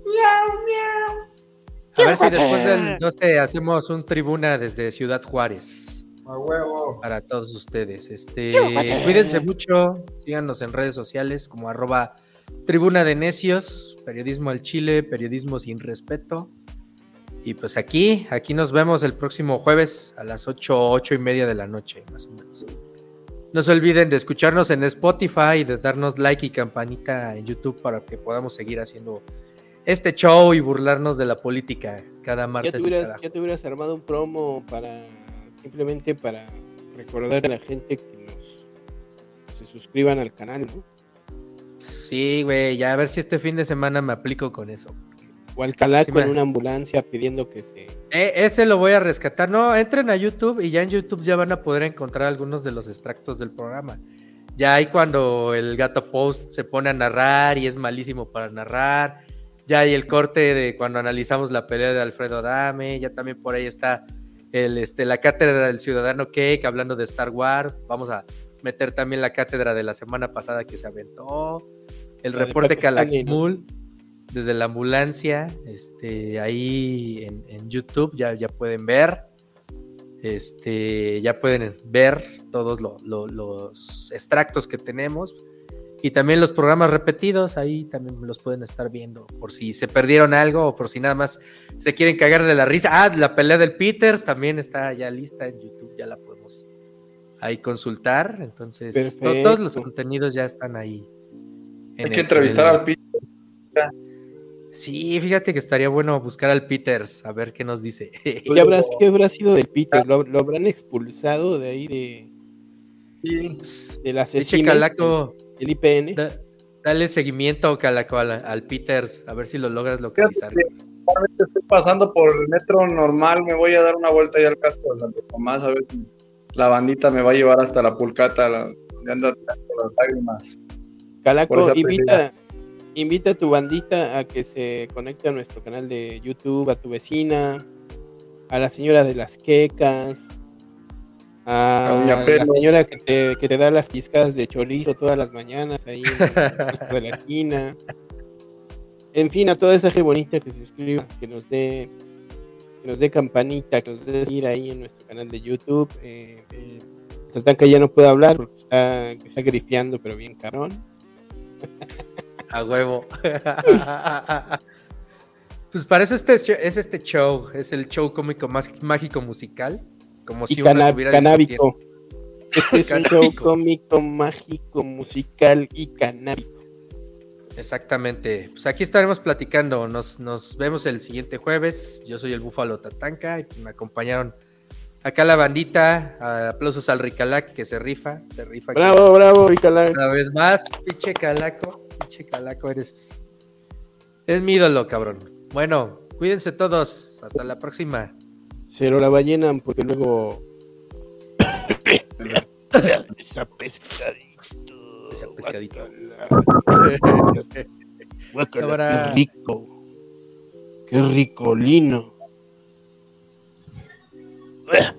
A ver si después del 12 hacemos un tribuna desde Ciudad Juárez. A huevo. Para todos ustedes. Cuídense mucho. Síganos en redes sociales como @Tribuna de Necios, periodismo al Chile, periodismo sin respeto. Y pues aquí nos vemos el próximo jueves a las 8:30 de la noche, más o menos. No se olviden de escucharnos en Spotify y de darnos like y campanita en YouTube para que podamos seguir haciendo este show y burlarnos de la política cada martes. Ya te hubieras armado un promo simplemente para recordar a la gente que se suscriban al canal, ¿no? Sí, güey, ya a ver si este fin de semana me aplico con eso. O al Calaco en una ambulancia pidiendo que se... Ese lo voy a rescatar. No, entren a YouTube y ya en YouTube ya van a poder encontrar algunos de los extractos del programa. Ya hay cuando el Gato Post se pone a narrar y es malísimo para narrar. Ya hay el corte de cuando analizamos la pelea de Alfredo Adame. Ya también por ahí está la cátedra del Ciudadano Cake hablando de Star Wars. Vamos a meter también la cátedra de la semana pasada que se aventó. El reporte Calakmul, ¿no? Desde la ambulancia, ahí en YouTube ya pueden ver, ya pueden ver todos los extractos que tenemos y también los programas repetidos, ahí también los pueden estar viendo por si se perdieron algo o por si nada más se quieren cagar de la risa. La pelea del Peters también está ya lista en YouTube, ya la podemos ahí consultar, entonces todos los contenidos ya están ahí. Hay que entrevistar al Peters. Sí, fíjate que estaría bueno buscar al Peters, a ver qué nos dice. ¿Qué habrá sido del Peters? ¿Lo habrán expulsado de ahí de la asesina del IPN? Dale seguimiento, Calaco, al Peters, a ver si lo logras localizar. Estoy pasando por el metro normal, me voy a dar una vuelta ya al casco de Santo Tomás, a ver si la bandita me va a llevar hasta la pulcata, donde anda con las lágrimas. Calaco, invita a tu bandita a que se conecte a nuestro canal de YouTube, a tu vecina, a la señora de las quecas, a la señora que te da las quiscadas de chorizo todas las mañanas ahí en el de la esquina. En fin, a toda esa gente bonita que se suscriba, que nos dé campanita, que nos dé seguir ahí en nuestro canal de YouTube. Tatanka ya no puede hablar porque está grifeando, pero bien carón. A huevo. Pues para eso es este show, es el show cómico mágico musical, como si uno estuviera canábico. Este es un show cómico mágico musical y canábico. Exactamente. Pues aquí estaremos platicando. Nos vemos el siguiente jueves. Yo soy el Búfalo Tatanka y me acompañaron acá la bandita. Aplausos al Ricalac que se rifa. Bravo, Ricalac. Una vez más, pinche Calaco, eres mi ídolo, cabrón. Bueno, cuídense todos. Hasta la próxima. Cero la ballena, porque luego esa pescadito. Guácala, qué rico lino.